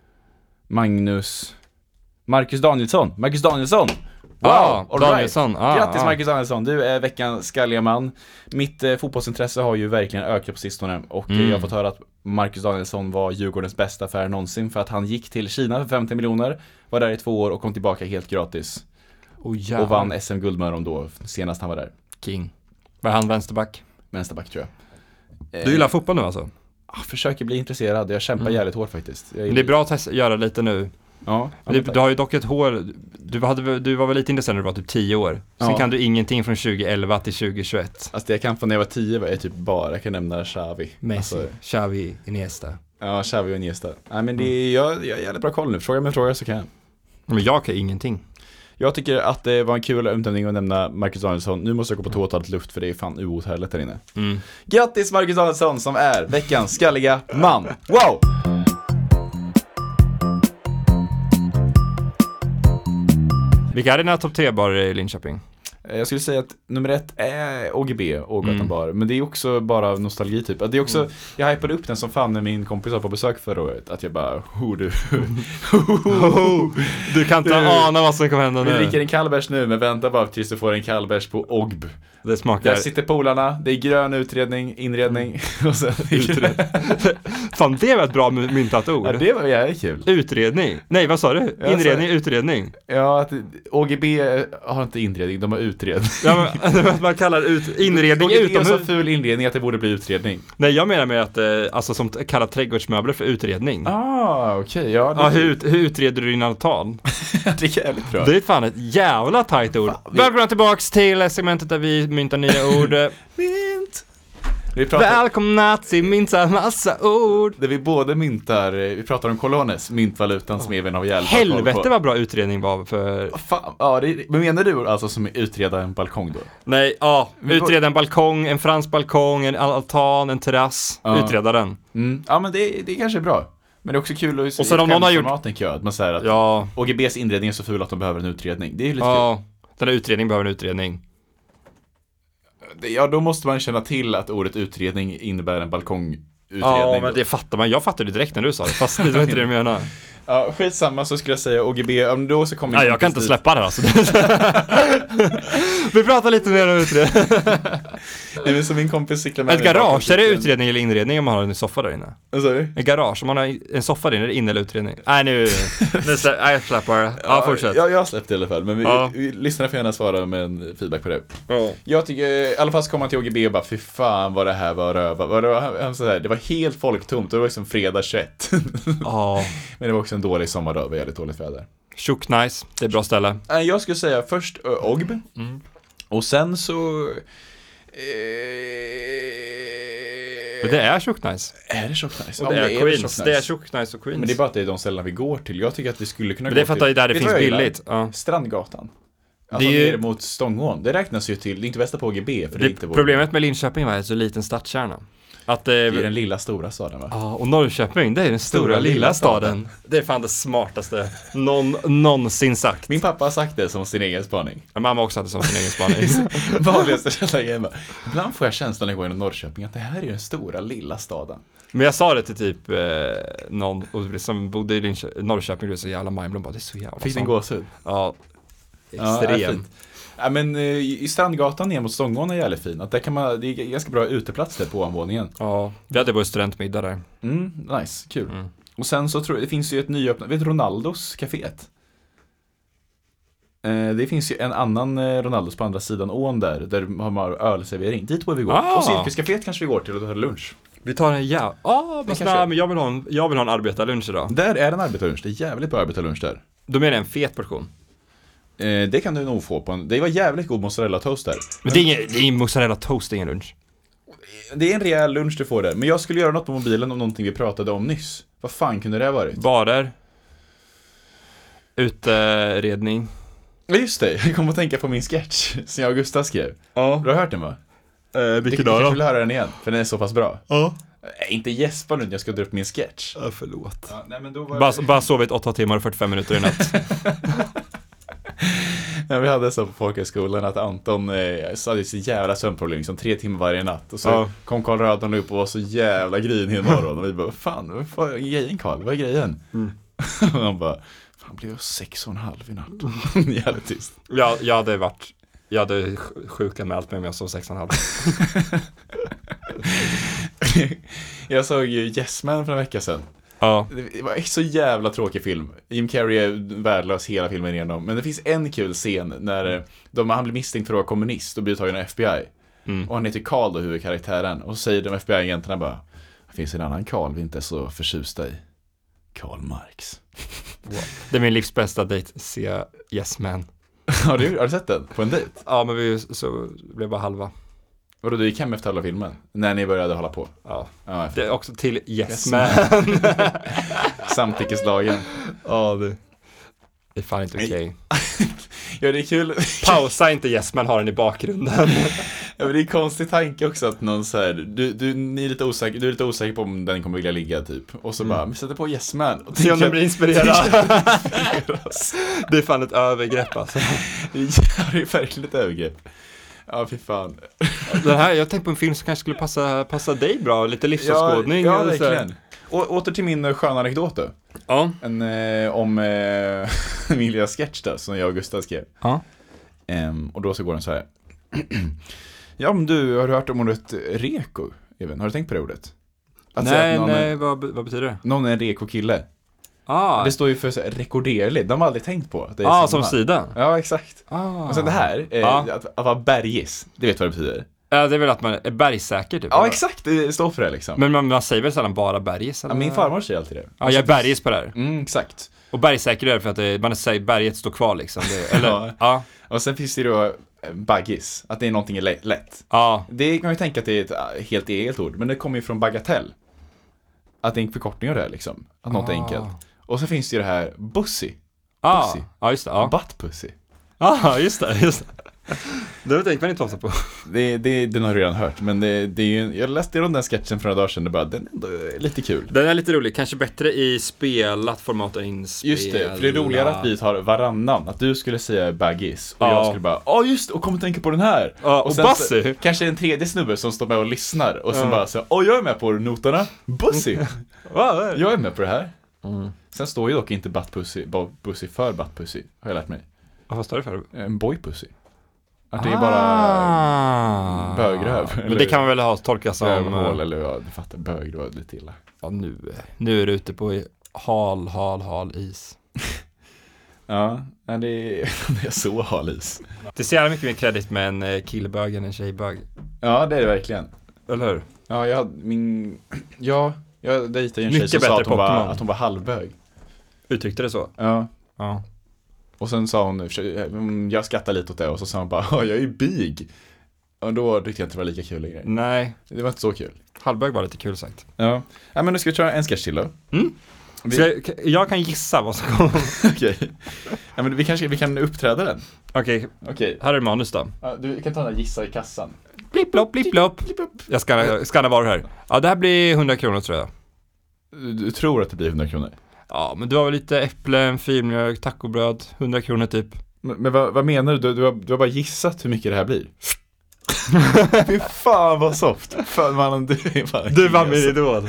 Marcus Danielsson. Wow, all Danielsson. right. Grattis Marcus Danielsson, du är veckans skalliga man. Mitt fotbollsintresse har ju verkligen ökat på sistone. Och jag har fått höra att Marcus Danielsson var Djurgårdens bästa affär någonsin. För att han gick till Kina för 50 miljoner, var där i 2 år och kom tillbaka helt gratis. Och vann SM-guld med dem då, senast han var där. King. Var han vänsterback? Vänsterback tror jag. Du gillar fotboll nu alltså? Försöker bli intresserad, jag kämpar jävligt hårt faktiskt. Men det är bra att göra lite nu. Ja, du har ju dock ett hår. Du var väl lite intresserad när du var typ 10 år. Sen kan du ingenting från 2011 till 2021. Alltså det jag kan från när jag var 10 var jag typ bara, jag kan nämna Xavi. Messi, Xavi, Iniesta. Ja, Xavi och Iniesta. Nej men det är, jag har jävligt bra koll nu. Fråga mig en fråga så kan jag. Men jag kan ingenting. Jag tycker att det var en kul omtändning att nämna Marcus Danielsson. Nu måste jag gå på tåtalet luft för det är fan outhärligt här inne. Grattis Marcus Danielsson som är veckans skalliga man. Wow! Vilka är dina topp 3-barer i Linköping? Jag skulle säga att nummer 1 är OGB, Ågatan bar. Men det är också bara nostalgi typ. Det är också, jag hypade upp den som fan när min kompis var på besök förra året. Att jag bara, Du kan inte ana vad som kommer hända nu. Vi dricker en kallbärs nu, men vänta bara tills du får en kallbärs på OGB. Det smakar. Där sitter polarna, det är grön inredning och sen Fan, det var ett bra myntat ord. Ja, det var jävligt kul. Utredning. Nej, vad sa du? Inredning, utredning. Ja, att OGB har inte inredning, de har utredning. Ja, men man kallar inredning OGB utomhus. är så ful inredning att det borde bli utredning. Nej, jag menar med att alltså som kallar trädgårdsmöbler för utredning. Okej. Ja, ja, hur utreder du din altan? Det är jävligt bra. Det är fan ett jävla tajt ord. Välkomna tillbaks till segmentet där vi myntar nya ord. Mynt. Välkomna till mynta massa ord. Där vi både myntar, vi pratar om kolones, myntvalutan som även har hjälp. Helvete vad bra utredning var för... Fan, ja, men menar du alltså som utreda en balkong då? Nej, utreda en balkong, en fransk balkong, en altan, en terrass, utreda den. Ja, men det är kanske bra. Men det är också kul att och sen om någon har gjort tänker jag, att man säger att OGBs inredning är så ful att de behöver en utredning. Det är lite kul. Den här utredningen behöver en utredning. Ja, då måste man känna till att ordet utredning innebär en balkongutredning. Ja, men det fattar man. Jag fattade det direkt när du sa det, fast det var inte det du menar. Ja, skitsamma så skulle jag säga OGB, om då så kommer jag kan inte släppa det alltså. Vi pratar lite mer om utredning. Nej, men så min kompis cyklar med ett garage, är det utredning eller inredning om man har en soffa där inne? Vad sa du? Ett garage, om man har en soffa där inne, är det in- eller utredning? Nej, nu jag släpper det. Ja, fortsätt. Jag har släppt det i alla fall, men vi lyssnare får gärna svara med en feedback på det. Jag tycker, i alla fall så kommer man till OGB och bara, fy fan vad det här var röva. Det var helt folktomt, det var liksom fredag 21. Men det var också en dålig sommardag, det var jävligt dåligt väder. Tjock nice, det är ett bra ställe. Jag skulle säga först OGB. Och sen så... Men det är tjock nice. Är det tjock nice? Och det är Queens. Det är tjock nice och Queens. Men det är bara att det är de ställena vi går till. Jag tycker att vi skulle kunna gå till... Men det är för att det är där det finns billigt. Strandgatan. Alltså ner mot Stångån. Det räknas ju till, det är inte bästa på OGB. För det är inte problemet med Linköping var att det är så liten stadskärna. Att det är den lilla stora staden, va? Ja, och Norrköping, det är den stora lilla staden. Det är fan det smartaste någonsin sagt. Min pappa har sagt det som sin egen spaning. Ja, mamma också hade det som sin egen spaning. Vanligaste känslan. Ibland får jag känslan när jag går genom Norrköping att det här är den stora lilla staden. Men jag sa det till typ någon som bodde i Norrköping, det är så jävla mindblown, bara det är så jävla. Fick den gåshud? Ja, extrem. Ja, men i Strandgatan ner mot Stångån är jävligt fin. Att där kan man, det är ganska bra uteplats där på anvåningen. Ja, vi hade bara studentmiddag där. Nice, kul. Och sen så tror jag, det finns ju ett nyöppnat, vet du Ronaldos caféet? Det finns ju en annan Ronaldos på andra sidan ån där har man ölservering. Dit borde vi gå. Och Cirkuscaféet kanske vi går till och tar lunch. Vi tar en men jag vill ha en arbetarlunch idag. Där är en arbetarlunch, det är jävligt bra arbetarlunch där. Då menar jag en fet portion. Det kan du nog få på det var jävligt god mozzarella toast där. Men det är ingen mozzarella toast, det är ingen lunch. Det är en rejäl lunch du får där. Men jag skulle göra något på mobilen om någonting vi pratade om nyss. Vad fan kunde det ha varit? Barer. Utredning. Ja just det, jag kom att tänka på min sketch som jag och Gustav skrev. Ja. Du har hört den va? Vilken Du kanske vill höra den igen, för den är så pass bra. Ja. Inte gäspa nu när jag ska dra upp min sketch. Ja, förlåt. Ja, nej, men då var Bara sovit 8 timmar och 45 minuter i natt. Ja, vi hade så på folkhögskolan att Anton hade så jävla sömnproblem, liksom 3 timmar varje natt. Och så kom Karl Rödholm upp och var så jävla grinig i morgon. Och vi bara, vad är grejen Karl? Vad är grejen? Och han bara, fan blev jag 6,5 i natt. Jävligt tyst. Jag hade sjuka med allt med mig, jag sov 6,5. Jag såg ju Yes Man för en vecka sedan. Ja. Det var så jävla tråkig film. Jim Carrey är värdelös hela filmen igenom. Men det finns en kul scen när han blir misstänkt för att vara kommunist och blir tagen av FBI. Och han heter Carl då, huvudkaraktären. Och så säger de FBI-agenterna bara, det finns en annan Carl vi inte är så förtjusta i. Karl Marx. Det är min livs bästa dejt, se Yes Man. Har du sett den? På en dejt? Ja, men så blev bara halva. Vadå, du gick hem efter halva filmen? När ni började hålla på? Ja, Ja, det är också till Yes Yes Man. Samtyckeslagen. Ja, det är fan inte okej. Ja, det är kul. Pausa inte Yes Man, har den i bakgrunden. Ja, men det är en konstig tanke också att någon så här, du är lite osäker på om den kommer vilja ligga typ. Och så bara, vi sätter på Yes Man. Och Se om den blir inspirerad. Det är fan ett övergrepp alltså. Det är verkligen ett övergrepp. Ja, fy fan. Jag tänkte på en film som kanske skulle passa dig bra, lite livsåskådning. Ja, verkligen. Och åter till min sköna anekdot då. Ja. Om min lilla sketch då, som jag och Gustav skrev. Ja. Och då så går den så här. Ja, men du, har du hört om ordet reko? Even? Har du tänkt på det ordet? Nej, vad betyder det? Någon är en reko-kille. Det står ju för så här, rekorderlig. De har aldrig tänkt på att det är som sida. Ja, exakt. Och sen det här, att vara bergis. Det vet vad det betyder. Ja, det är väl att man är bergsäker typ. Ja, exakt. Det står för det liksom. Men man säger väl sällan bara bergis? Ja, min farmor säger alltid det. Ja, jag är bergis på det här. Exakt. Och bergsäker är det för att man säger berget står kvar liksom. Eller, ja. Och sen finns det då baggis. Att det är någonting lätt. Ja. Det kan man ju tänka att det är ett helt eget ord. Men det kommer ju från bagatell. Att det är en förkortning av det liksom. Att något är enkelt. Och så finns det ju det här bussy. Ja, just det. Ja. Butt pussy. Ja, just det. Det tänkte man inte ofta på. Den har du redan hört. Men det är ju, jag läste om den sketchen för några dagar sedan. Det bara, den är ändå lite kul. Den är lite rolig. Kanske bättre i spelat format än inspel. Just det, för det är roligare att vi tar varannan. Att du skulle säga baggis. Och jag skulle bara, just det, och kom och tänka på den här. Och sen bussy. Kanske en tredje snubbe som står med och lyssnar. Och så bara så, jag är med på noterna. Bussy. Jag är med på det här. Sen står ju dock inte butt-pussy för butt-pussy, har jag lärt mig. Vad står det för? En boy-pussy. Att det är bara bögröv. Men det kan man väl tolka som rövhål, eller ja, du fattar, bög, det var lite illa. Ja, nu är du ute på hal is. Ja, det är så hal is. Det ser jävla mycket mer kredit med en killbög än en tjejbög. Ja, det är det verkligen. Eller hur? Ja, jag dejtade ju en tjej som sa att hon var halvbög. Uttryckte det så? Ja. Ja. Och sen sa hon, jag skattade lite åt det. Och så sa hon bara, jag är ju big. Och då tyckte jag inte det var lika kul längre. Nej. Det var inte så kul. Halvbög var lite kul sagt. Ja, men nu ska vi köra en sketch till då. Jag kan gissa vad som kommer. Okej. Ja, men vi kan uppträda den. Okej. Här är manus då. Ja, du kan ta den här gissa i kassan. Blipp, blipp. Jag skannar varor här. Ja, det här blir 100 kronor tror jag. Du tror att det blir 100 kronor? Ja, men du har väl lite äpplen, filmjölk, tacobröd, 100 kronor typ. Men vad menar du? Du har bara gissat hur mycket det här blir. Fy fan vad soft. Fan, mannen, du var min idol.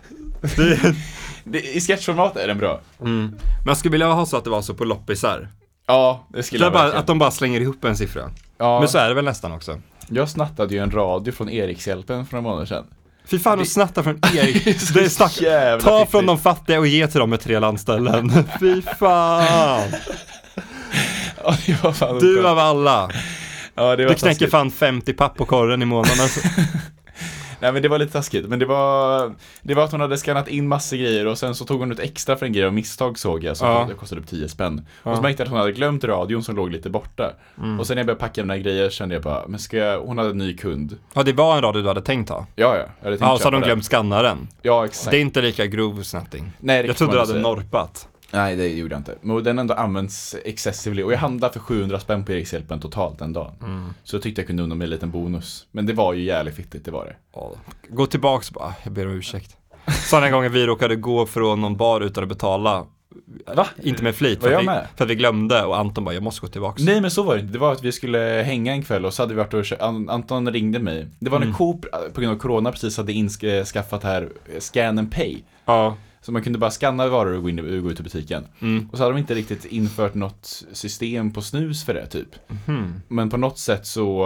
I sketchformat är den bra. Men jag skulle vilja ha så att det var så på loppisar. Ja, det skulle jag bara, att de bara slänger ihop en siffra. Ja. Men så är det väl nästan också. Jag snattade ju en radio från Erikshjälpen för några månader sedan. Fy fan, de snattar från Erik. Det är ta från de fattiga och ge till dem med 3 landställen. Fy fan. Ja, det var fan du av alla. Ja, det var du knäcker fan 50 papp på korren i månaden. Nej men det var lite taskigt. Men det var att hon hade skannat in massor grejer och sen så tog hon ut extra för en grej av misstag såg jag. Så det kostade upp 10 spänn. Och så märkte jag att hon hade glömt radion som låg lite borta. Och sen när jag började packa de här grejer kände jag bara, men hon hade en ny kund. Ja, det var en radio du hade tänkt ha. Ja, jag hade tänkt Ja, så hade de glömt skannaren. Ja, exakt. Det är inte lika grov snatting. Nej, jag trodde du hade norpat. Nej, det gjorde jag inte. Men den ändå används excessively. Och jag handlade för 700 spänn på Erikshjälpen totalt en dag. Så jag tyckte jag kunde unna mig en liten bonus. Men det var ju jävligt fittigt, det var det. Gå tillbaks bara, jag ber om ursäkt. Sådana gånger vi råkade gå från någon bar utan att betala. Va? Inte med flit, för att vi glömde. Och Anton bara, jag måste gå tillbaks. Nej, men så var det inte. Det var att vi skulle hänga en kväll och så hade vi varit och Anton ringde mig. Det var när Coop på grund av corona precis hade inskaffat här Scan and Pay. Ja. Så man kunde bara scanna varor och gå ut i butiken. Och så hade de inte riktigt infört något system på snus för det typ. Men på något sätt så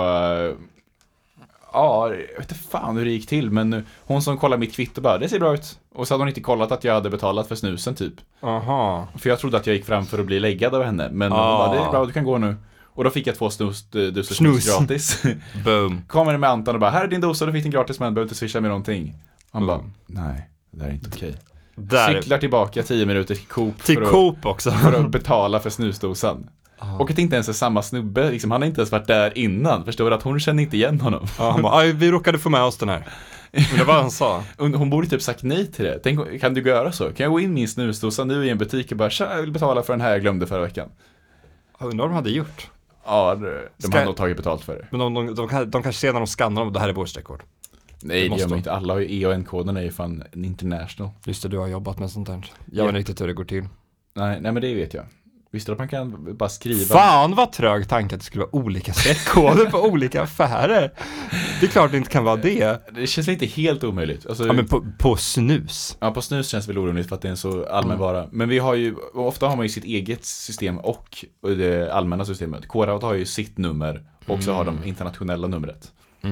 jag vet inte fan hur det gick till. Men hon som kollade mitt kvitto bara, det ser bra ut. Och så hade hon inte kollat att jag hade betalat för snusen typ. Aha. För jag trodde att jag gick fram för att bli läggad av henne. Men hon bara, det är bra, du kan gå nu. Och då fick jag 2 snus gratis. Boom. Kommer med Anton och bara, här är din dosa, du fick den gratis men behöver inte swisha med någonting. Han bara, nej, det där är inte okej. Cyklar tillbaka 10 minuter till Coop Coop också. för att betala för snusdosan. Och att det inte ens är samma snubbe liksom, han har inte ens varit där innan. Förstår du att hon känner inte igen honom. Han bara, vi råkade få med oss den här. Men det var han sa. Hon borde typ sagt nej till det. Tänk, kan du göra så? Kan jag gå in min snusdosa nu i en butik och bara, jag vill betala för den här jag glömde förra veckan. Jag undrar vad de hade gjort. Ja, de har nog tagit betalt för det. Men de kanske ser när de skannar dem, det här är vårt streckord. Nej, det gör man inte. Alla har ju EON-koden är ju fan en international. Just det, du har jobbat med sånt där. Jag vet inte riktigt hur det går till. Nej, men det vet jag. Visst att man kan bara skriva. Fan vad trög tanke att det skulle vara olika streckkoder på olika affärer. Det är klart det inte kan vara det. Det känns inte helt omöjligt. Alltså, ja, men på snus. Ja, på snus känns väl orimligt för att det är en så allmän vara. Men vi har ju, ofta har man ju sitt eget system och det allmänna systemet. K-Raut har ju sitt nummer och så har de internationella numret.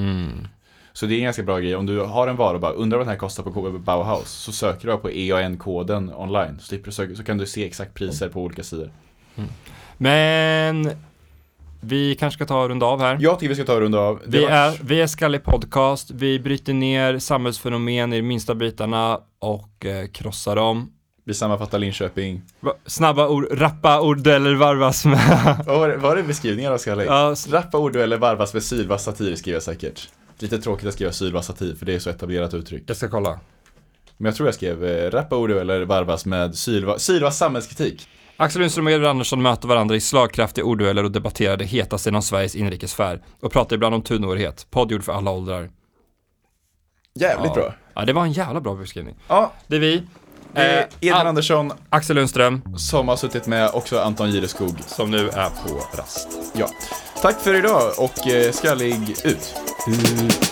Så det är en ganska bra grej. Om du har en vara och bara undrar vad den här kostar på Bauhaus, så söker du på EAN-koden online. Så kan du se exakt priser på olika sidor. Men vi kanske ska ta en runda av här. Jag tycker vi ska ta en runda av. Vi är Skallig Podcast. Vi bryter ner samhällsfenomen i de minsta bitarna och krossar dem. Vi sammanfattar Linköping. Snabba ord, rappa ord eller varvas med. Var det beskrivningar av Skallig? Ja. Rappa ord eller varvas med sylvass satir skriver jag säkert. Lite tråkigt att skriva sylvass satir för det är så etablerat uttryck. Jag ska kolla. Men jag tror jag skrev rappa ord eller varvas med sylvass samhällskritik. Axel Lundström och Edvard Andersson möter varandra i slagkraftiga orddueller och debatterar det hetaste inom Sveriges inrikesfär och pratar ibland om tunnårighet. Poddjord för alla åldrar. Jävligt bra. Ja, det var en jävla bra beskrivning. Ja, det är vi. Edvard Andersson, Axel Lundström, som har suttit med också Anton Gireskog, som nu är på rast. Ja. Tack för idag och skallig ut.